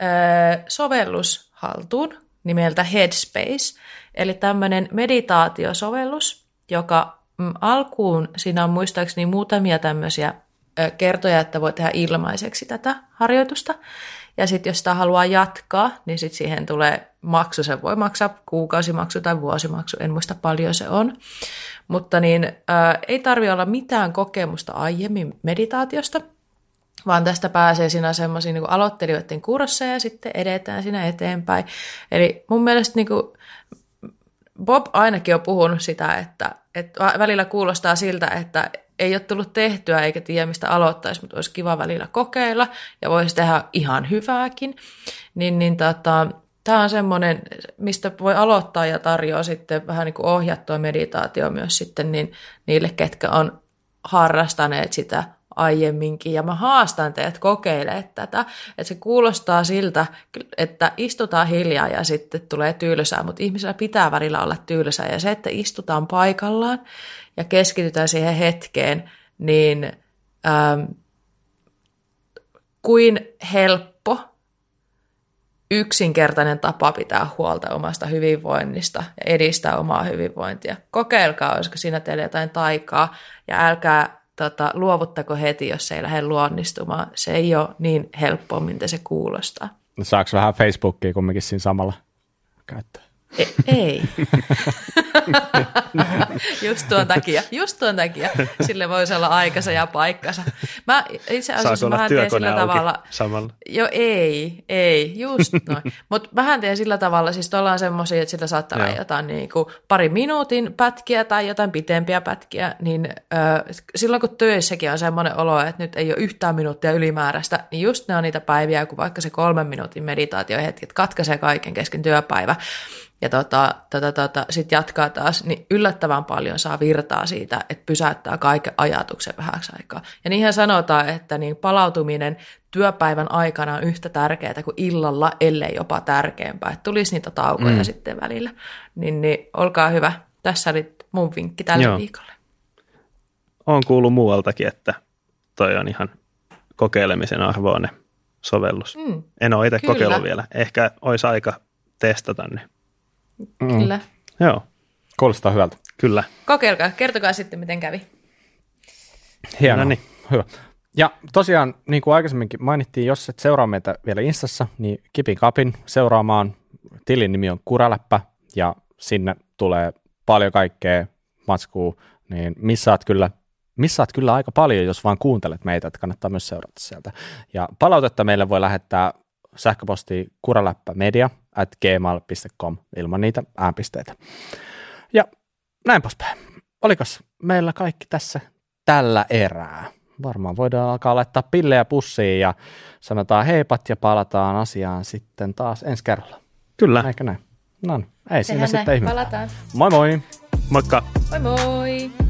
sovellus haltuun nimeltä Headspace, eli tämmöinen meditaatiosovellus, joka mm, alkuun siinä on muistaakseni muutamia tämmöisiä ö, kertoja, että voi tehdä ilmaiseksi tätä harjoitusta, ja sitten jos sitä haluaa jatkaa, niin sitten siihen tulee maksu, se voi maksaa kuukausimaksu tai vuosimaksu, en muista paljon se on, mutta niin, ö, ei tarvitse olla mitään kokemusta aiemmin meditaatiosta, vaan tästä pääsee siinä semmoisiin niin kuin aloittelijoiden kursseja ja sitten edetään siinä eteenpäin. Eli mun mielestä niin kuin Bob ainakin on puhunut sitä, että, että välillä kuulostaa siltä, että ei ole tullut tehtyä eikä tiedä mistä aloittaisi, mutta olisi kiva välillä kokeilla ja voisi tehdä ihan hyvääkin. Niin, niin tota, tämä on semmoinen, mistä voi aloittaa ja tarjoaa sitten vähän niin kuin ohjattua meditaatioa myös sitten niin, niille, ketkä on harrastaneet sitä aiemminkin, ja mä haastan teidät kokeilemaan tätä, että se kuulostaa siltä, että istutaan hiljaa ja sitten tulee tylsää, mutta ihmisellä pitää välillä olla tylsää, ja se, että istutaan paikallaan ja keskitytään siihen hetkeen, niin ähm, kuin helppo, yksinkertainen tapa pitää huolta omasta hyvinvoinnista ja edistää omaa hyvinvointia. Kokeilkaa, olisiko siinä teille jotain taikaa, ja älkää Tota, luovuttako heti, jos se ei lähde luonnistumaan. Se ei ole niin helppoa, miltä se kuulostaa. No, saako vähän Facebookia kumminkin siinä samalla käyttää? E- ei. just tuon takia. Just tuon takia. Sille voisi olla aikansa ja paikkansa. Mä itse asiassa mä teen sillä tavalla. Samalla. Jo ei, ei, just noin. Mutta vähän teen sillä tavalla, siis tuolla on semmoisia, että sillä saattaa olla jotain niin kuin pari minuutin pätkiä tai jotain pitempiä pätkiä, niin äh, silloin kun töissäkin on semmoinen olo, että nyt ei ole yhtään minuuttia ylimääräistä, niin just ne on niitä päiviä, kun vaikka se kolmen minuutin meditaatiohetki, että katkaisee kaiken kesken työpäivä, ja tota, tota, tota, sitten jatkaa taas, niin yllättävän paljon saa virtaa siitä, että pysäyttää kaiken ajatuksen vähäksi aikaa. Ja niinhän sanotaan, että niin palautuminen työpäivän aikana on yhtä tärkeää kuin illalla, ellei jopa tärkeämpää. Että tulisi niitä taukoja mm. sitten välillä. Niin, niin olkaa hyvä. Tässä oli mun vinkki tälle Joo. viikolle. Olen kuullut muualtakin, että toi on ihan kokeilemisen arvoinen sovellus. Mm. En ole itse kokeillut vielä. Ehkä olisi aika testata ne. Kyllä. Mm. Joo. Kuulostaa hyvältä. Kyllä. Kokeilkaa, kertokaa sitten, miten kävi. Hienoa. No niin. Hyvä. Ja tosiaan, niin kuin aikaisemminkin mainittiin, jos et seuraa meitä vielä Instassa, niin kipin kapin seuraamaan. Tilin nimi on Kuraläppä, ja sinne tulee paljon kaikkea matskua, niin missaat kyllä, missaat kyllä aika paljon, jos vaan kuuntelet meitä, että kannattaa myös seurata sieltä. Ja palautetta meille voi lähettää sähköpostiin kuraläppämedia at gmail piste com ilman niitä äänpisteitä. Ja näin poispäin. Olikas meillä kaikki tässä tällä erää. Varmaan voidaan alkaa laittaa pillejä pussiin ja sanotaan heipat ja palataan asiaan sitten taas ensi kerralla. Kyllä. Eikö näin? No, ei Tehdään siinä sitten ihme. Palataan. Moi moi! Moikka! Moi moi!